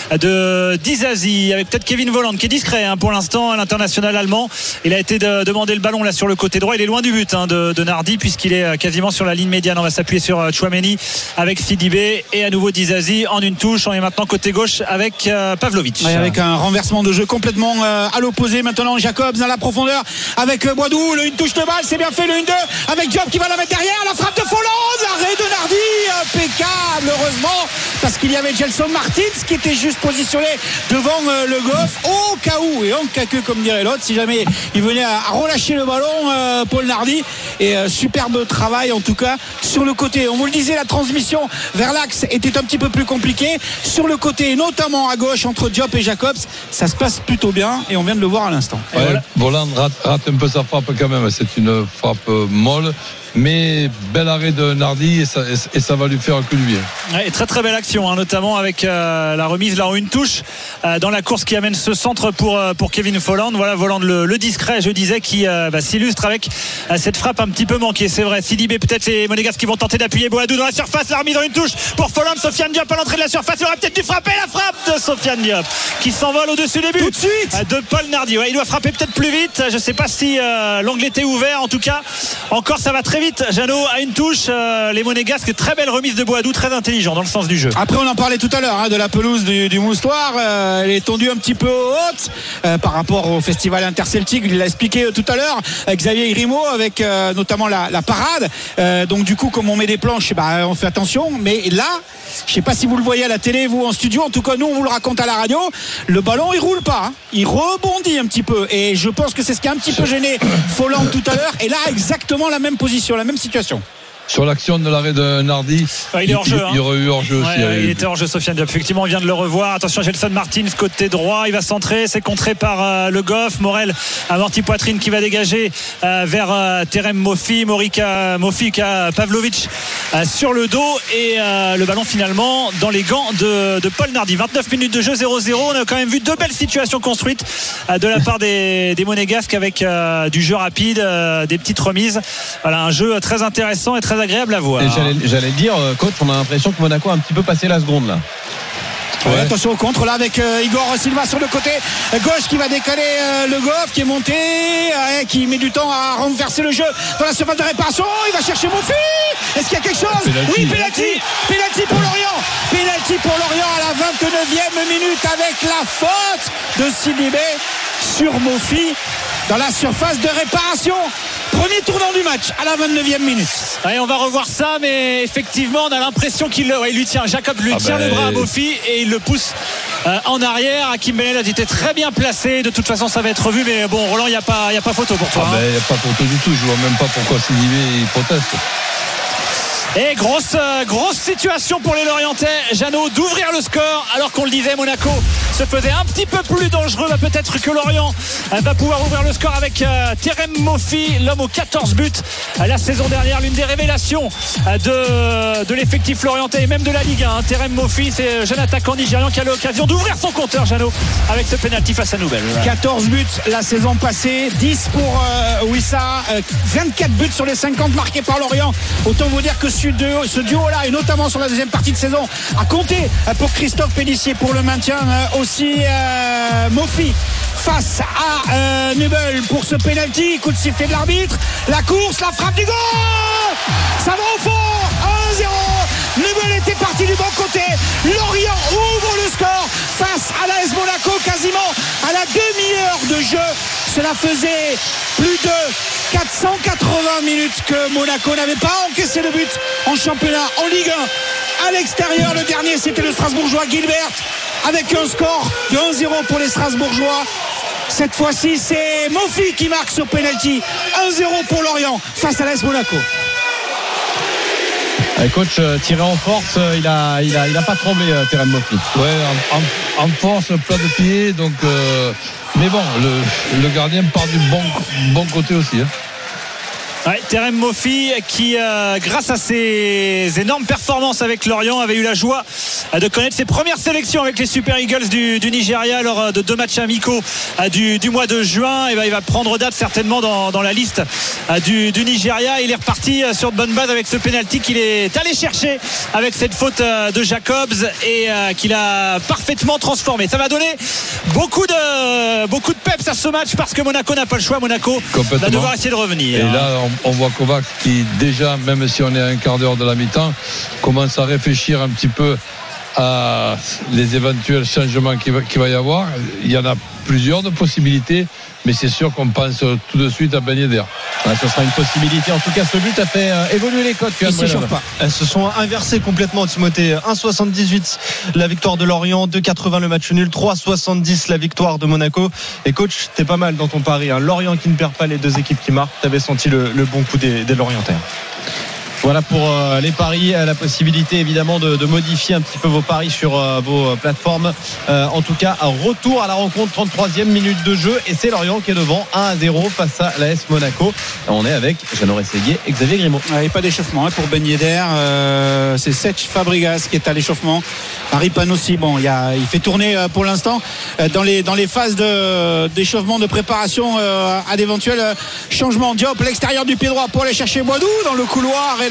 de Dizazi avec peut-être Kevin Volland qui est discret hein, pour l'instant à l'international allemand. Il a été de, demander le ballon là sur le côté droit. Il est loin du but hein, de, de Nardi puisqu'il est quasiment sur la ligne médiane. On va s'appuyer sur euh, Tchouaméni avec Sidibé et à nouveau Dizazi en une touche. On est maintenant côté gauche avec euh, Pavlovic. Ouais, avec un renversement de jeu complètement euh, à l'opposé. Maintenant Jacobs dans la profondeur avec euh, Boidou. Le une touche de balle, c'est bien fait. Le une deux avec Diop qui va la mettre derrière. La frappe de Folland, arrêt de Nardi, impeccable heureusement parce qu'il y avait Gelson Martins qui était juste positionné devant euh, Le Goff au cas où et en cas que comme dirait l'autre si jamais il venait à, à relâcher le ballon euh, Paul Nardi et euh, superbe travail en tout cas sur le côté. On vous le disait, la transmission vers l'axe était un petit peu plus compliquée sur le côté, notamment à gauche entre Diop et Jacobs. Ça se passe plutôt bien et on vient de le voir à l'instant. Ouais, voilà. Volland rate, rate un peu sa frappe quand même, c'est une frappe molle. Mais bel arrêt de Nardi et ça, et ça va lui faire que du bien. Ouais, très très belle action hein, notamment avec euh, la remise là en une touche euh, dans la course qui amène ce centre pour, euh, pour Kevin Volland. Voilà Volland le, le discret je disais qui euh, bah, s'illustre avec euh, cette frappe un petit peu manquée, c'est vrai. Sidibé peut-être les Monégasques qui vont tenter d'appuyer Boadou dans la surface, la remise en une touche pour Volland. Sofiane Diop à l'entrée de la surface, il aurait peut-être dû frapper, la frappe de Sofiane Diop qui s'envole au-dessus des buts tout de suite euh, de Paul Nardi. Ouais, il doit frapper peut-être plus vite, je sais pas si euh, l'angle était ouvert, en tout cas encore ça va très vite vite, Jeannot, à une touche, euh, les Monégasques, très belle remise de Boadou, très intelligent dans le sens du jeu. Après, on en parlait tout à l'heure hein, de la pelouse du, du Moustoir. Euh, elle est tendue un petit peu haute euh, par rapport au festival interceltique. Il l'a expliqué euh, tout à l'heure. Avec Xavier Grimaud, avec euh, notamment la, la parade. Euh, donc, du coup, comme on met des planches, bah, on fait attention. Mais là, je ne sais pas si vous le voyez à la télé, vous en studio. En tout cas, nous, on vous le raconte à la radio. Le ballon, il roule pas. Hein. Il rebondit un petit peu. Et je pense que c'est ce qui a un petit peu gêné Folland tout à l'heure. Et là, exactement la même position, la même situation. Sur l'action de l'arrêt de Nardi, ah, il est hors jeu. Il, il y aurait eu hors jeu ouais, aussi. Ouais, il était hors jeu, Sofiane Diop. Effectivement, on vient de le revoir. Attention, Gelson Martins, côté droit. Il va centrer. C'est contré par euh, Le Goff. Morel, amorti poitrine qui va dégager euh, vers euh, Terem Moffi. Morika Mofika Pavlovic euh, sur le dos. Et euh, le ballon finalement dans les gants de, de Paul Nardi. vingt-neuf minutes de jeu, zéro zéro. On a quand même vu deux belles situations construites euh, de la part des, des Monégasques avec euh, du jeu rapide, euh, des petites remises. Voilà, un jeu très intéressant et très agréable à voir. Et j'allais, j'allais dire, coach, on a l'impression que Monaco a un petit peu passé la seconde là. Ouais. Ouais, attention au contre là avec euh, Igor Silva sur le côté gauche qui va décaler euh, Le Goff qui est monté, euh, qui met du temps à renverser le jeu dans la surface de réparation. Il va chercher Moffi. Est-ce qu'il y a quelque chose? Penalty. Oui, penalty. Penalty pour Lorient. Penalty pour Lorient à la vingt-neuvième minute avec la faute de Sidibé sur Moffi dans la surface de réparation. Premier tournant du match à la vingt-neuvième minute. Allez, on va revoir ça, mais effectivement, on a l'impression qu'il ouais, il lui tient. Jacob lui ah tient ben... le bras à Moffi et il le pousse euh, en arrière. Hakim Ben Elhadj était très bien placé. De toute façon, ça va être vu. Mais bon, Roland, il n'y a pas, il y a pas photo pour toi. Ah hein. ben, il n'y a pas photo du tout. Je vois même pas pourquoi Sidibé il proteste. Et grosse, euh, grosse situation pour les Lorientais, Jeannot, d'ouvrir le score alors qu'on le disait, Monaco se faisait un petit peu plus dangereux. Bah, peut-être que Lorient euh, va pouvoir ouvrir le score avec euh, Terem Moffi, l'homme aux quatorze buts euh, la saison dernière, l'une des révélations euh, de, de l'effectif lorientais et même de la Ligue un. Hein. Terem Moffi, c'est un jeune attaquant nigérian qui a l'occasion d'ouvrir son compteur, Jeannot, avec ce penalty face à Nouvelle. quatorze buts la saison passée, dix pour euh, Wissa, euh, vingt-quatre buts sur les cinquante marqués par Lorient. Autant vous dire que ce, duo, ce duo-là, et notamment sur la deuxième partie de saison, a compté pour Christophe Pélissier pour le maintien. Euh, aussi euh, Moffi face à euh, Nubel pour ce penalty. Coup de sifflet de l'arbitre. La course, la frappe du goal. Ça va au fond. un zéro. Nubel était parti du bon côté. Lorient ouvre le score face à l'A S Monaco quasiment à la demi-heure de jeu. Cela faisait plus de quatre cent quatre-vingts minutes que Monaco n'avait pas encaissé de but en championnat, en Ligue un. À l'extérieur, le dernier, c'était le Strasbourgeois Gilbert avec un score de un zéro pour les Strasbourgeois. Cette fois-ci, c'est Moffi qui marque sur penalty. un zéro pour Lorient face à l'A S Monaco. Allez, coach, euh, tiré en force, euh, il a, il a, il a pas tremblé, euh, Terem Moffi. Ouais, en, en, en force, plat de pied, donc. Euh, mais bon, le, le gardien part du bon, bon côté aussi. Hein. Ouais, Terem Moffi qui euh, grâce à ses énormes performances avec Lorient avait eu la joie euh, de connaître ses premières sélections avec les Super Eagles du, du Nigeria lors euh, de deux matchs amicaux euh, du, du mois de juin. Et ben, il va prendre date certainement dans, dans la liste euh, du, du Nigeria. Il est reparti euh, sur de bonnes bases avec ce penalty qu'il est allé chercher avec cette faute euh, de Jacobs et euh, qu'il a parfaitement transformé. Ça va donner beaucoup de, beaucoup de peps à ce match parce que Monaco n'a pas le choix. Monaco va devoir essayer de revenir. Et là, on on voit Kovacs qui déjà, même si on est à un quart d'heure de la mi-temps, commence à réfléchir un petit peu à les éventuels changements qu'il va, qu'il va y avoir. Il y en a plusieurs de possibilités, mais c'est sûr qu'on pense tout de suite à Ben Yedder. Ouais, ce sera une possibilité. En tout cas, ce but a fait euh, évoluer les cotes. Ils ne s'échauffent pas. Elles se sont inversées complètement, Timothée. un virgule soixante-dix-huit la victoire de Lorient, deux virgule quatre-vingts le match nul, trois virgule soixante-dix la victoire de Monaco. Et coach, t'es pas mal dans ton pari. Hein. Lorient qui ne perd pas, les deux équipes qui marquent. T'avais senti le, le bon coup des, des Lorientais. Voilà pour euh, les paris, euh, la possibilité évidemment de, de modifier un petit peu vos paris sur euh, vos euh, plateformes. Euh, en tout cas, un retour à la rencontre, trente-troisième minute de jeu, et c'est Lorient qui est devant un à zéro face à l'A S Monaco. On est avec Jeannot Rességuier et Xavier Grimaud. Ouais, pas d'échauffement hein, pour Ben Yedder. Euh, c'est Sech Fabregas qui est à l'échauffement. Harry Panossi, bon, il, a, il fait tourner euh, pour l'instant euh, dans, les, dans les phases de, d'échauffement, de préparation euh, à d'éventuels changements. Diop, l'extérieur du pied droit pour aller chercher Boadou dans le couloir, et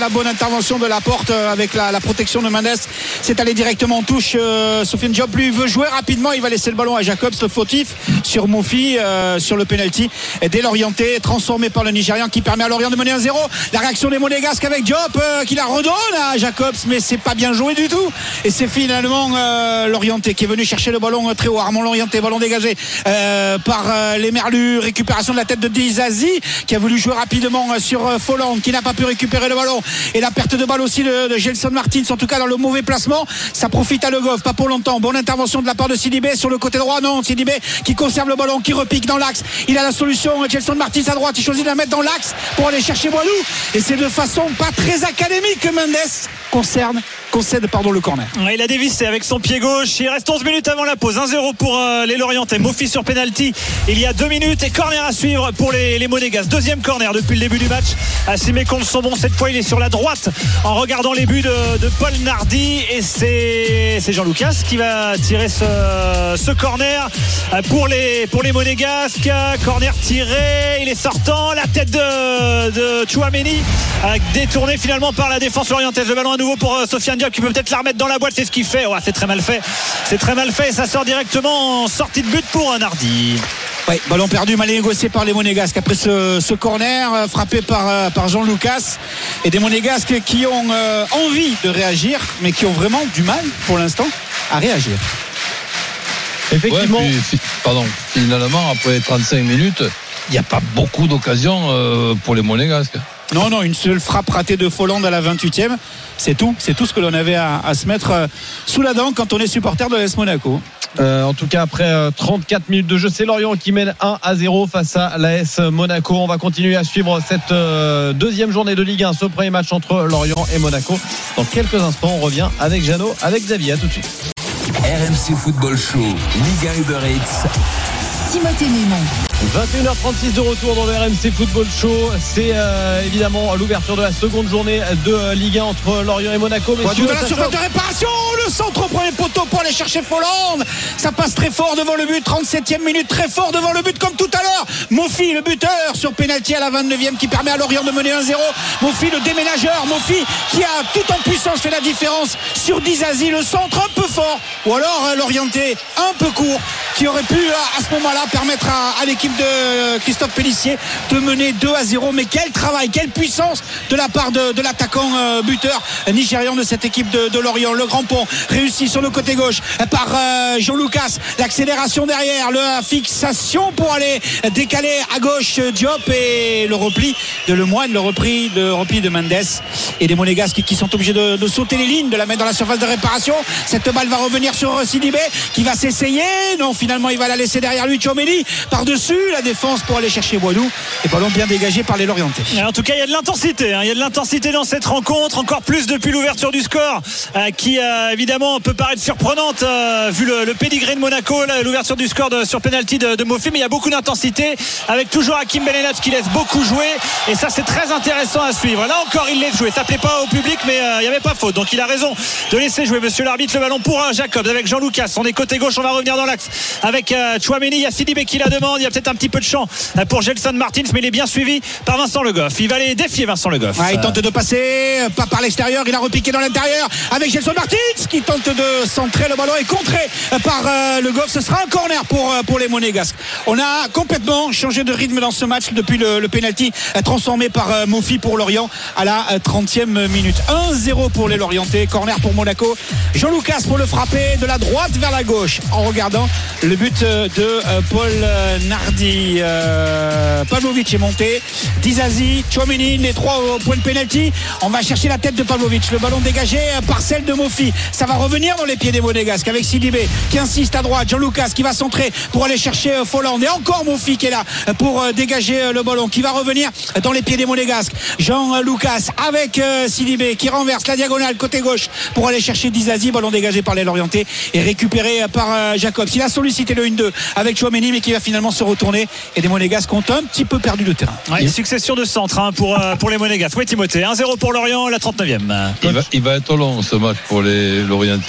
la bonne intervention de Laporte avec la, la protection de Mendes. C'est allé directement en touche. euh, Sofiane Diop lui veut jouer rapidement, il va laisser le ballon à Jacobs, le fautif sur Moufi, euh, sur le penalty et dès l'orienté transformé par le Nigérian qui permet à Lorient de mener un zéro. La réaction des Monégasques avec Diop euh, qui la redonne à Jacobs, mais c'est pas bien joué du tout et c'est finalement euh, l'orienté qui est venu chercher le ballon euh, très haut. Armand l'orienté, ballon dégagé euh, par euh, les Merlus, récupération de la tête de Dizazi qui a voulu jouer rapidement euh, sur euh, Folland qui n'a pas pu récupérer le ballon et la perte de balle aussi de, de Gelson Martins, en tout cas dans le mauvais placement. Ça profite à Le Goff, pas pour longtemps. Bonne intervention de la part de Sidibé sur le côté droit. Non, Sidibé qui conserve le ballon, qui repique dans l'axe. Il a la solution. Gelson Martins à droite, il choisit de la mettre dans l'axe pour aller chercher Boilou. Et c'est de façon pas très académique que Mendes concerne, concède pardon, le corner. Il a dévissé avec son pied gauche. Il reste onze minutes avant la pause. un zéro pour euh, les Lorientais. Mofi sur penalty. Il y a deux minutes et corner à suivre pour les, les Monégasques. Deuxième corner depuis le début du match. Si mes comptes sont bons, cette fois il est sur la droite en regardant les buts de, de Paul Nardi et c'est, c'est Jean Lucas qui va tirer ce, ce corner pour les, pour les Monégasques. Corner tiré, il est sortant, la tête de, de Tchouaméni détournée finalement par la défense orientaise. Le ballon à nouveau pour Sofiane Diop qui peut peut-être la remettre dans la boîte, c'est ce qu'il fait. Oh, c'est très mal fait, c'est très mal fait, ça sort directement en sortie de but pour Nardi. Oui, ballon perdu, mal négocié par les Monégasques après ce, ce corner euh, frappé par, euh, par Jean Lucas et des Monégasques qui ont euh, envie de réagir mais qui ont vraiment du mal pour l'instant à réagir. Effectivement. Ouais, puis, pardon, finalement après trente-cinq minutes il n'y a pas beaucoup d'occasions euh, pour les Monégasques. Non, non, une seule frappe ratée de Folland à la vingt-huitième. C'est tout, c'est tout ce que l'on avait à, à se mettre euh, sous la dent quand on est supporter de l'A S Monaco. Euh, en tout cas, après euh, trente-quatre minutes de jeu, c'est Lorient qui mène un à zéro face à l'A S Monaco. On va continuer à suivre cette euh, deuxième journée de Ligue un, ce premier match entre Lorient et Monaco. Dans quelques instants, on revient avec Jeannot, avec Xavier. À tout de suite. R M C Football Show, Ligue un Uber Eats. Timothée Mémon. vingt et une heures trente-six de retour dans le R M C Football Show. C'est euh, évidemment l'ouverture de la seconde journée de Ligue un entre Lorient et Monaco. Messieurs, dans la surface de réparation, le centre au premier poteau pour aller chercher Folland. Ça passe très fort devant le but, trente-septième minute, très fort devant le but comme tout à l'heure. Mofi, le buteur sur pénalty à la vingt-neuvième qui permet à Lorient de mener un zéro. Mofi, le déménageur. Mofi qui a tout en puissance fait la différence sur Dizazi, le centre un peu fort. Ou alors euh, l'orienté un peu court qui aurait pu à, à ce moment-là permettre à, à l'équipe de Christophe Pélissier de mener deux à zéro. Mais quel travail, quelle puissance de la part de, de l'attaquant euh, buteur nigérian de cette équipe de, de Lorient. Le grand pont réussi sur le côté gauche par euh, Jean Lucas, l'accélération derrière, la fixation pour aller décaler à gauche Diop et le repli de Lemoine, le repli de, repli de Mendes et les Monégasques qui, qui sont obligés de, de sauter les lignes, de la mettre dans la surface de réparation. Cette balle va revenir sur Sidibé qui va s'essayer, non, finalement il va la laisser derrière lui. Tchouaméni par-dessus la défense pour aller chercher Boilou et ballon bien dégagé par les Lorientais. En tout cas il y a de l'intensité hein. Il y a de l'intensité dans cette rencontre, encore plus depuis l'ouverture du score euh, qui euh, évidemment peut paraître surprenante euh, vu le, le pédigré de Monaco, là, l'ouverture du score de, sur penalty de, de Mofi, mais il y a beaucoup d'intensité avec toujours Hakim Ben Enach qui laisse beaucoup jouer et ça c'est très intéressant à suivre. Là encore il laisse jouer, ça plaît pas au public mais euh, il n'y avait pas faute, donc il a raison de laisser jouer monsieur l'arbitre. Le ballon pour un Jacobs avec Jean Lucas, on est côté gauche, on va revenir dans l'axe avec euh, Tchouaméni, il y a Sidibé qui la demande, il y a peut-être un petit peu de champ pour Gelson Martins mais il est bien suivi par Vincent Le Goff. Il va aller défier Vincent Le Goff. Ouais, il tente de passer, pas par l'extérieur, il a repiqué dans l'intérieur avec Gelson Martins qui tente de centrer, le ballon est contré par euh, Le Goff. Ce sera un corner pour, euh, pour les Monégasques. On a complètement changé de rythme dans ce match depuis le, le penalty euh, transformé par euh, Mofi pour Lorient à la euh, trentième minute. un zéro pour les Lorientais, corner pour Monaco. Jean Lucas pour le frapper de la droite vers la gauche en regardant le but de euh, Paul euh, Nardi. euh, Pavlovic est monté, Dizazi, Tchouaméni, les trois au point de pénalty. On va chercher la tête de Pavlovic, le ballon dégagé par celle de Mofi. Ça va revenir dans les pieds des Monégasques avec Sidibé qui insiste à droite, Jean Lucas qui va centrer pour aller chercher Folland et encore Mofi qui est là pour dégager le ballon, qui va revenir dans les pieds des Monégasques. Jean Lucas avec Sidibé qui renverse la diagonale côté gauche pour aller chercher Dizazi, ballon dégagé par les Lorientais et récupéré par Jacobs. Il a sollicité le un deux avec Tchouaméni mais qui va finalement se retourner et des Monégasques ont un petit peu perdu le terrain. Ouais, une succession de centres hein, pour, euh, pour les Monégasques. Oui Timothée, un zéro pour Lorient, la trente-neuvième. Il va, il va être long ce match pour les Lorientais.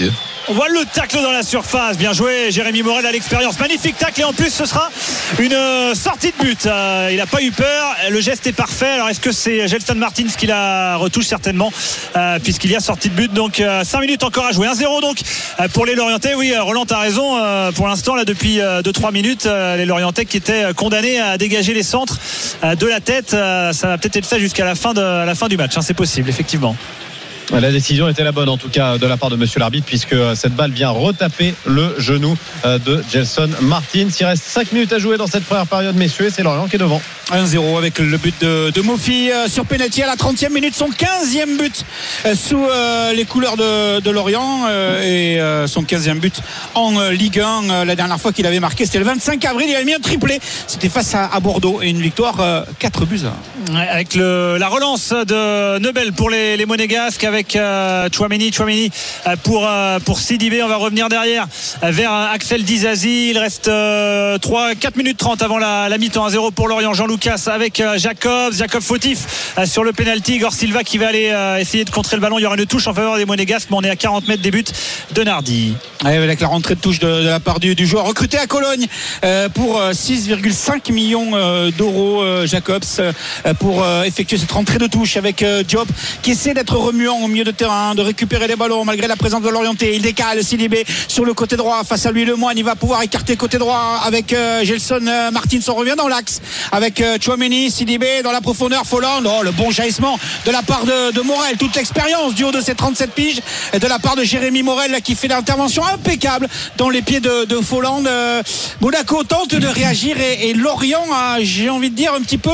On voit le tacle dans la surface. Bien joué, Jérémy Morel à l'expérience. Magnifique tacle et en plus ce sera une sortie de but. Euh, il n'a pas eu peur. Le geste est parfait. Alors est-ce que c'est Gelson Martins qui la retouche? Certainement, euh, puisqu'il y a sortie de but. Donc euh, cinq minutes encore à jouer. un zéro donc euh, pour les Lorientais. Oui, Roland a raison. Euh, pour l'instant, là depuis euh, deux trois minutes, euh, les Lorientais qui étaient condamnés à dégager les centres euh, de la tête. Euh, ça va peut-être être ça jusqu'à la fin, de, à la fin du match. Hein, c'est possible, effectivement. La décision était la bonne en tout cas de la part de monsieur l'arbitre, puisque cette balle vient retaper le genou de Gelson Martins. Il reste cinq minutes à jouer dans cette première période, messieurs, et c'est Lorient qui est devant. un zéro avec le but de, de Mofi sur pénalty à la trentième minute, son quinzième but sous euh, les couleurs de, de Lorient euh, et euh, son quinzième but en euh, Ligue un. Euh, la dernière fois qu'il avait marqué, c'était le vingt-cinq avril. Il avait mis un triplé, c'était face à, à Bordeaux, et une victoire euh, quatre buts. Ouais, avec le, la relance de Nebel pour les, les Monégasques, avec euh, Chouameni, Chouameni euh, pour, euh, pour Sidibé. On va revenir derrière euh, vers euh, Axel Dizazi. Il reste euh, trois, quatre minutes trente avant la, la mi-temps. un zéro pour Lorient. Jean-Lucas avec euh, Jacobs, Jacob fautif euh, sur le penalty. Igor Silva qui va aller euh, essayer de contrer le ballon. Il y aura une touche en faveur des Monégasques, mais on est à quarante mètres des buts de Nardi. Ouais, avec la rentrée de touche de, de la part du, du joueur recruté à Cologne euh, pour euh, six virgule cinq millions euh, d'euros, euh, Jacobs, euh, pour euh, effectuer cette rentrée de touche avec euh, Diop qui essaie d'être remuant au milieu de terrain, de récupérer les ballons malgré la présence de l'Orienté. Il décale Sidibé sur le côté droit, face à lui Le Moine. Il va pouvoir écarter côté droit avec euh, Gelson euh, Martins. On revient dans l'axe avec euh, Chouameni, Sidibé dans la profondeur, Folland. Oh, le bon jaillissement de la part de, de Morel, toute l'expérience du haut de ses trente-sept piges, et de la part de Jérémy Morel là, qui fait l'intervention impeccable dans les pieds de, de Folland. euh, Monaco tente de réagir et, et Lorient a, j'ai envie de dire, un petit peu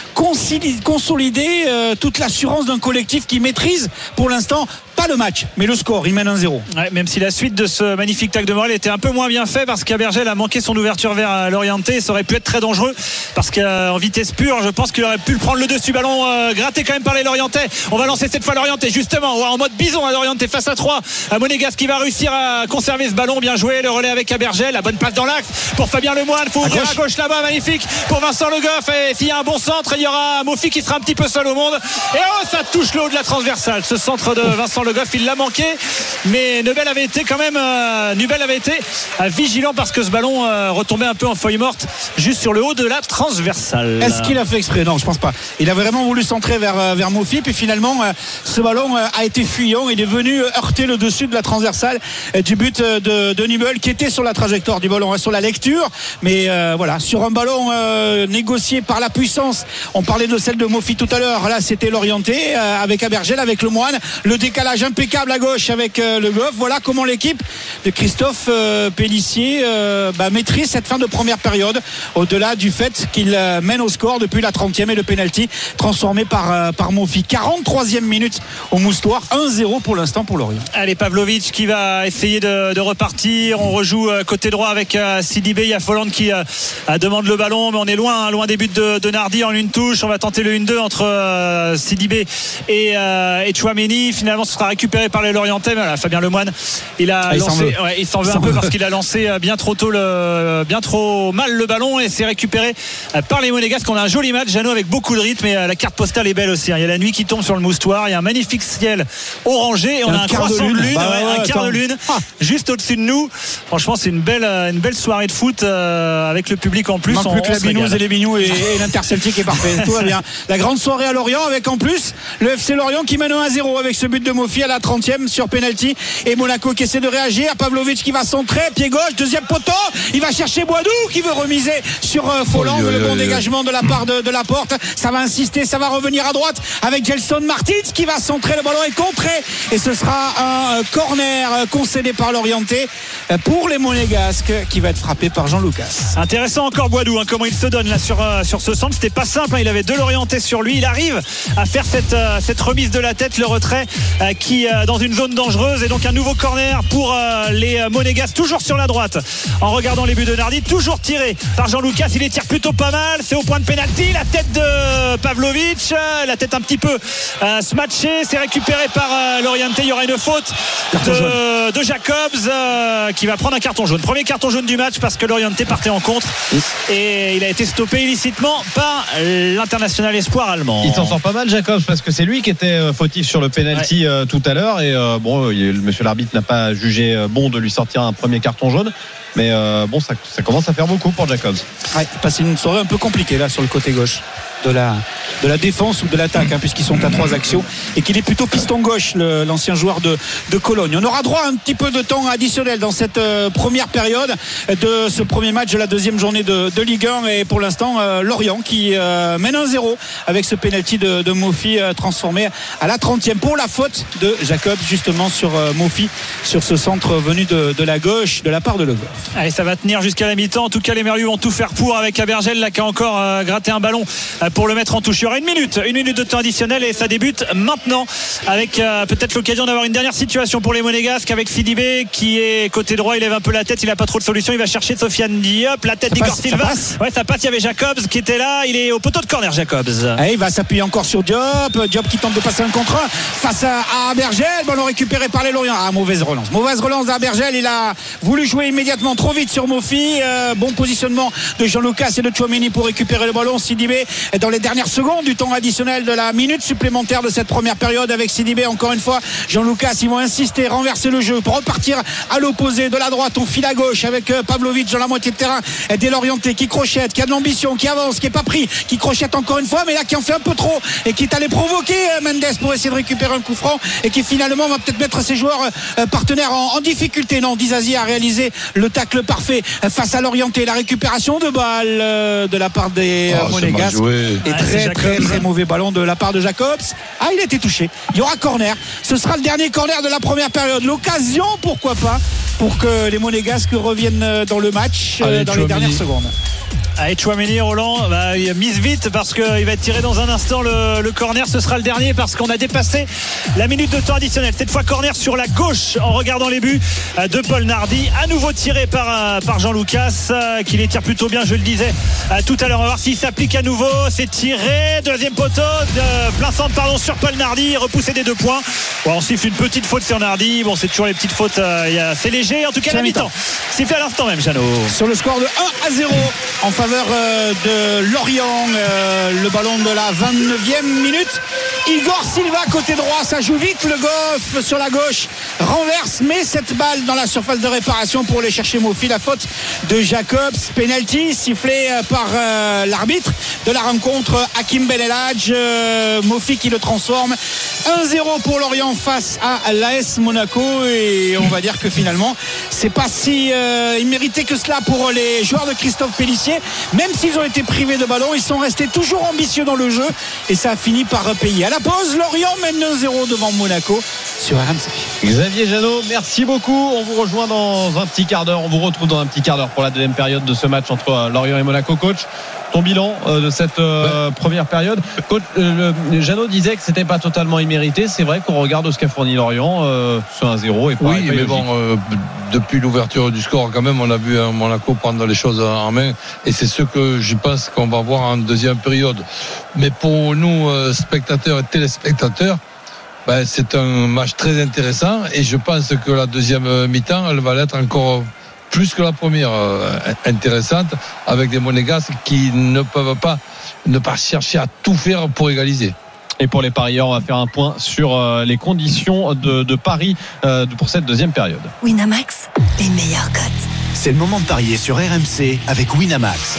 consolider euh, toute l'assurance d'un collectif qui maîtrise pour l'instant pas le match, mais le score. Il mène un zéro. Ouais, même si la suite de ce magnifique tacle de Morel était un peu moins bien fait, parce qu'Abergel a manqué son ouverture vers l'Orienté. Ça aurait pu être très dangereux, parce qu'en vitesse pure, je pense qu'il aurait pu le prendre le dessus. Ballon euh, gratté quand même par les Lorientais. On va lancer cette fois l'Orienté, justement, en mode bison à l'Orienté face à trois. À Monégasque qui va réussir à conserver ce ballon. Bien joué, le relais avec Abergel. La bonne passe dans l'axe pour Fabien Lemoine. Faut ouvrir à gauche là-bas, magnifique pour Vincent Le Goff. Et s'il y a un bon centre, il y aura Mofi qui sera un petit peu seul au monde. Et oh, ça touche le haut de la transversale. Ce centre de Vincent Le Goff, il l'a manqué, mais Nebel avait été quand même euh, Nubel avait été euh, vigilant, parce que ce ballon euh, retombait un peu en feuille morte juste sur le haut de la transversale. Est-ce qu'il a fait exprès? Non, je pense pas. Il a vraiment voulu centrer vers, vers Mofi, puis finalement euh, ce ballon euh, a été fuyant. Il est venu heurter le dessus de la transversale euh, du but de, de Nubel, qui était sur la trajectoire du ballon, hein, sur la lecture, mais euh, voilà, sur un ballon euh, négocié par la puissance. On parlait de celle de Mofi tout à l'heure, là c'était l'Orienté euh, avec Abergel, avec Le Moine, le décalage impeccable à gauche avec euh, Le Goff. Voilà comment l'équipe de Christophe euh, Pélissier euh, bah, maîtrise cette fin de première période, au-delà du fait qu'il euh, mène au score depuis la trentième et le pénalty transformé par, euh, par Mofi. quarante-troisième minute au Moustoir, un zéro pour l'instant pour Lorient. Allez, Pavlovic qui va essayer de, de repartir. On rejoue euh, côté droit avec euh, Sidibé. Il y a Folland qui euh, demande le ballon, mais on est loin, hein, loin des buts de, de Nardi en une touche. On va tenter le un deux entre euh, Sidibé et, euh, et Chouameni. Finalement, ce sera récupéré par les Lorientais. Mais voilà, Fabien Lemoine, il a ah, il lancé, s'en veut, ouais, il s'en veut un peu parce qu'il a lancé bien trop tôt le, bien trop mal le ballon, et c'est récupéré par les Monégasques. On a un joli match, Jeannot, avec beaucoup de rythme, et la carte postale est belle aussi. Il y a la nuit qui tombe sur le Moustoir, il y a un magnifique ciel orangé, et on a un, un croissant de lune, lune bah, ouais, ouais, un quart attends. de lune ah. juste au-dessus de nous. Franchement, c'est une belle, une belle soirée de foot euh, avec le public en plus. Il manque on, plus que la Binous et les Bignous et, et l'Interceltique est parfait. Tout va bien. La grande soirée à Lorient, avec en plus le F C Lorient qui mène un zéro avec ce but de Mofi à la trentième sur pénalty, et Monaco qui essaie de réagir. Pavlovic qui va centrer, pied gauche, deuxième poteau, il va chercher Boidou qui veut remiser sur euh, Folland. Oh, le bon dégagement de la part de, de la porte, ça va insister, ça va revenir à droite avec Gelson Martins qui va centrer, le ballon est contré, et ce sera un corner concédé par l'Orienté pour les Monégasques, qui va être frappé par Jean-Lucas. Intéressant encore Boidou, hein, comment il se donne là sur, euh, sur ce centre. C'était pas simple, hein, il avait de l'Orienté sur lui, il arrive à faire cette, euh, cette remise de la tête, le retrait euh, qui euh, dans une zone dangereuse, et donc un nouveau corner pour euh, les Monégasques, toujours sur la droite en regardant les buts de Nardi, toujours tiré par Jean-Lucas. Il les tire plutôt pas mal, c'est au point de pénalty, la tête de Pavlovic, euh, la tête un petit peu euh, smatchée, c'est récupéré par euh, l'Orienté. Il y aura une faute de, de Jacobs euh, qui va prendre un carton jaune, premier carton jaune du match, parce que l'Orienté partait en contre et il a été stoppé illicitement par l'international espoir allemand. Il s'en sort pas mal, Jacobs, parce que c'est lui qui était fautif sur le pénalty ouais. euh, tout à l'heure et euh, bon, il, monsieur l'arbitre n'a pas jugé bon de lui sortir un premier carton jaune. Mais euh, bon, ça, ça commence à faire beaucoup pour Jacobs. Ouais, il passe une soirée un peu compliquée là sur le côté gauche de la, de la défense ou de l'attaque, hein, puisqu'ils sont à trois actions et qu'il est plutôt piston gauche, le, l'ancien joueur de, de Cologne. On aura droit à un petit peu de temps additionnel dans cette euh, première période de ce premier match de la deuxième journée de, de Ligue un. Et pour l'instant, euh, Lorient qui euh, mène un zéro avec ce pénalty de, de Mofi euh, transformé à la trentième pour la faute de Jacobs justement sur euh, Mofi, sur ce centre venu de, de la gauche de la part de Le Goff. Allez, ça va tenir jusqu'à la mi-temps. En tout cas, les Merlus vont tout faire pour, avec Abergel là qui a encore euh, gratté un ballon euh, pour le mettre en touche. Il y aura une minute, une minute de temps additionnel et ça débute maintenant avec euh, peut-être l'occasion d'avoir une dernière situation pour les Monégasques avec Sidibé qui est côté droit. Il lève un peu la tête, il n'a pas trop de solution. Il va chercher Sofiane Diop, la tête d'Igor Silva. Passe. Ouais, ça passe. Il y avait Jacobs qui était là. Il est au poteau de corner, Jacobs. Et il va s'appuyer encore sur Diop. Diop qui tente de passer un contre un face à, à Abergel. Ballon récupéré par les Lorients. Ah, mauvaise relance. Mauvaise relance d'Abergel. Il a voulu jouer immédiatement trop vite sur Mofi. Euh, bon positionnement de Jean-Lucas et de Tchouaméni pour récupérer le ballon. Sidibé dans les dernières secondes du temps additionnel de la minute supplémentaire de cette première période avec Sidibé. Encore une fois, Jean-Lucas, ils vont insister, renverser le jeu pour repartir à l'opposé de la droite. On file à gauche avec Pavlovic dans la moitié de terrain. Dès l'orienté qui crochette, qui a de l'ambition, qui avance, qui est pas pris, qui crochette encore une fois, mais là qui en fait un peu trop et qui est allé provoquer Mendes pour essayer de récupérer un coup franc et qui finalement va peut-être mettre ses joueurs partenaires en, en difficulté. Non, Dizazi a réalisé le tacle parfait face à l'orienté. La récupération de balle de la part des oh, Monégasques et ah, très très très mauvais ballon de la part de Jacobs. Ah, il a été touché. Il y aura corner. Ce sera le dernier corner de la première période. L'occasion, pourquoi pas, pour que les Monégasques reviennent dans le match. Allez, dans les dernières secondes. Allez, Tchouaméni, Roland, bah, il mise vite parce qu'il va être tiré dans un instant le, le corner. Ce sera le dernier parce qu'on a dépassé la minute de temps additionnel. Cette fois, corner sur la gauche en regardant les buts de Paul Nardi. À nouveau tiré par, par Jean-Lucas qui les tire plutôt bien, je le disais tout à l'heure. On va voir s'il s'applique à nouveau. C'est tiré. Deuxième poteau, de plein centre pardon, sur Paul Nardi. Repoussé des deux points. Bon, on siffle une petite faute sur Nardi. Bon, c'est toujours les petites fautes. Euh, c'est léger. En tout cas, à la mi-temps. Siffle à l'instant même, Jeannot. Sur le score de un à zéro en faveur de Lorient, euh, le ballon de la vingt-neuvième minute. Igor Silva côté droit, ça joue vite. Le Goff sur la gauche renverse, mais cette balle dans la surface de réparation pour aller chercher Mofi. La faute de Jacobs, penalty sifflé par euh, l'arbitre de la rencontre, Hakim Ben Elhadj. euh, Mofi qui le transforme. un zéro pour Lorient face à l'A S Monaco, et on va dire que finalement c'est pas si euh, immérité que cela pour les joueurs de Christophe Pélissier. Même s'ils ont été privés de ballon, ils sont restés toujours ambitieux dans le jeu et ça a fini par payer. À la pause, Lorient mène un zéro devant Monaco sur R M C. Xavier Jeannot, merci beaucoup. On vous rejoint dans un petit quart d'heure. On vous retrouve dans un petit quart d'heure pour la deuxième période de ce match entre Lorient et Monaco. Coach, ton bilan euh, de cette euh, ouais. première période. Coach, euh, le, Jeannot disait que c'était pas totalement immérité. C'est vrai qu'on regarde ce qu'a fourni Lorient, euh, c'est un zéro et pas, oui, et pas mais logique. bon, euh, depuis l'ouverture du score, quand même, on a vu un Monaco prendre les choses en main, et c'est ce que je pense qu'on va voir en deuxième période. Mais pour nous, euh, spectateurs et téléspectateurs, ben, c'est un match très intéressant, et je pense que la deuxième mi-temps, elle va l'être encore plus que la première, euh, intéressante, avec des Monégasques qui ne peuvent pas ne pas chercher à tout faire pour égaliser. Et pour les parieurs, on va faire un point sur euh, les conditions de, de paris euh, pour cette deuxième période. Winamax, les meilleurs cotes. C'est le moment de parier sur R M C avec Winamax.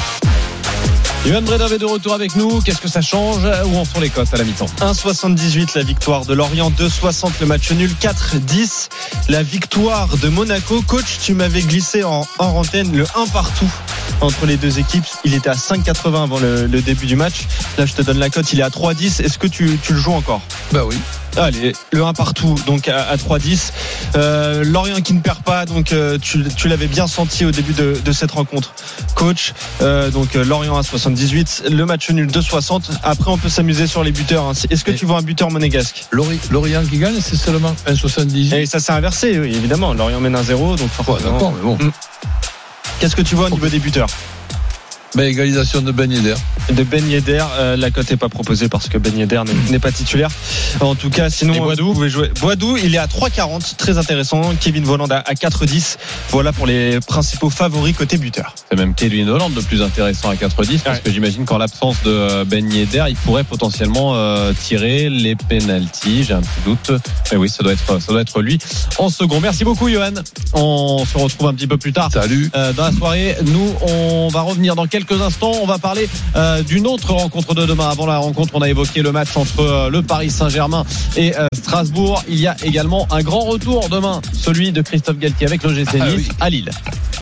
Yoann Bredov est de retour avec nous. Qu'est-ce que ça change? Où en sont les cotes à la mi-temps? un virgule soixante-dix-huit la victoire de Lorient, deux virgule soixante le match nul, quatre virgule dix la victoire de Monaco. Coach, tu m'avais glissé en, en antenne le un partout entre les deux équipes. Il était à cinq virgule quatre-vingts avant le, le début du match. Là, je te donne la cote, il est à trois virgule dix. Est-ce que tu, tu le joues encore? Ben oui. Allez, le un partout, donc à, à trois virgule dix. Euh, Lorient qui ne perd pas, donc euh, tu, tu l'avais bien senti au début de, de cette rencontre. Coach, euh, donc euh, Lorient à soixante-dix-huit, le match nul deux virgule soixante. Après, on peut s'amuser sur les buteurs. Hein. Est-ce que tu vois un buteur monégasque? Lorient qui gagne, c'est seulement un virgule soixante-dix. Et ça s'est inversé, oui, évidemment. Lorient mène un zéro, donc ouais, d'accord, mais bon. Qu'est-ce que tu vois au niveau des buteurs? Ben, égalisation de Ben Yedder. De Ben Yedder, euh, la cote n'est pas proposée parce que Ben Yedder n'est, n'est pas titulaire. En tout cas, sinon, Boadou, vous pouvez jouer. Boadou, il est à trois quarante, très intéressant. Kevin Volland à, à quatre dix. Voilà pour les principaux favoris côté buteur. C'est même Kevin Holland le plus intéressant à quatre dix parce ouais. que j'imagine qu'en l'absence de Ben Yedder, il pourrait potentiellement euh, tirer les pénaltys. J'ai un petit doute. Mais oui, ça doit être, ça doit être lui en second. Merci beaucoup, Johan. On se retrouve un petit peu plus tard. Salut. Euh, dans la soirée, nous, on va revenir dans quelques instants. On va parler euh, d'une autre rencontre de demain. Avant la rencontre, on a évoqué le match entre euh, le Paris Saint-Germain et euh, Strasbourg. Il y a également un grand retour demain, celui de Christophe Galtier avec l'O G C Nice ah, oui. à Lille.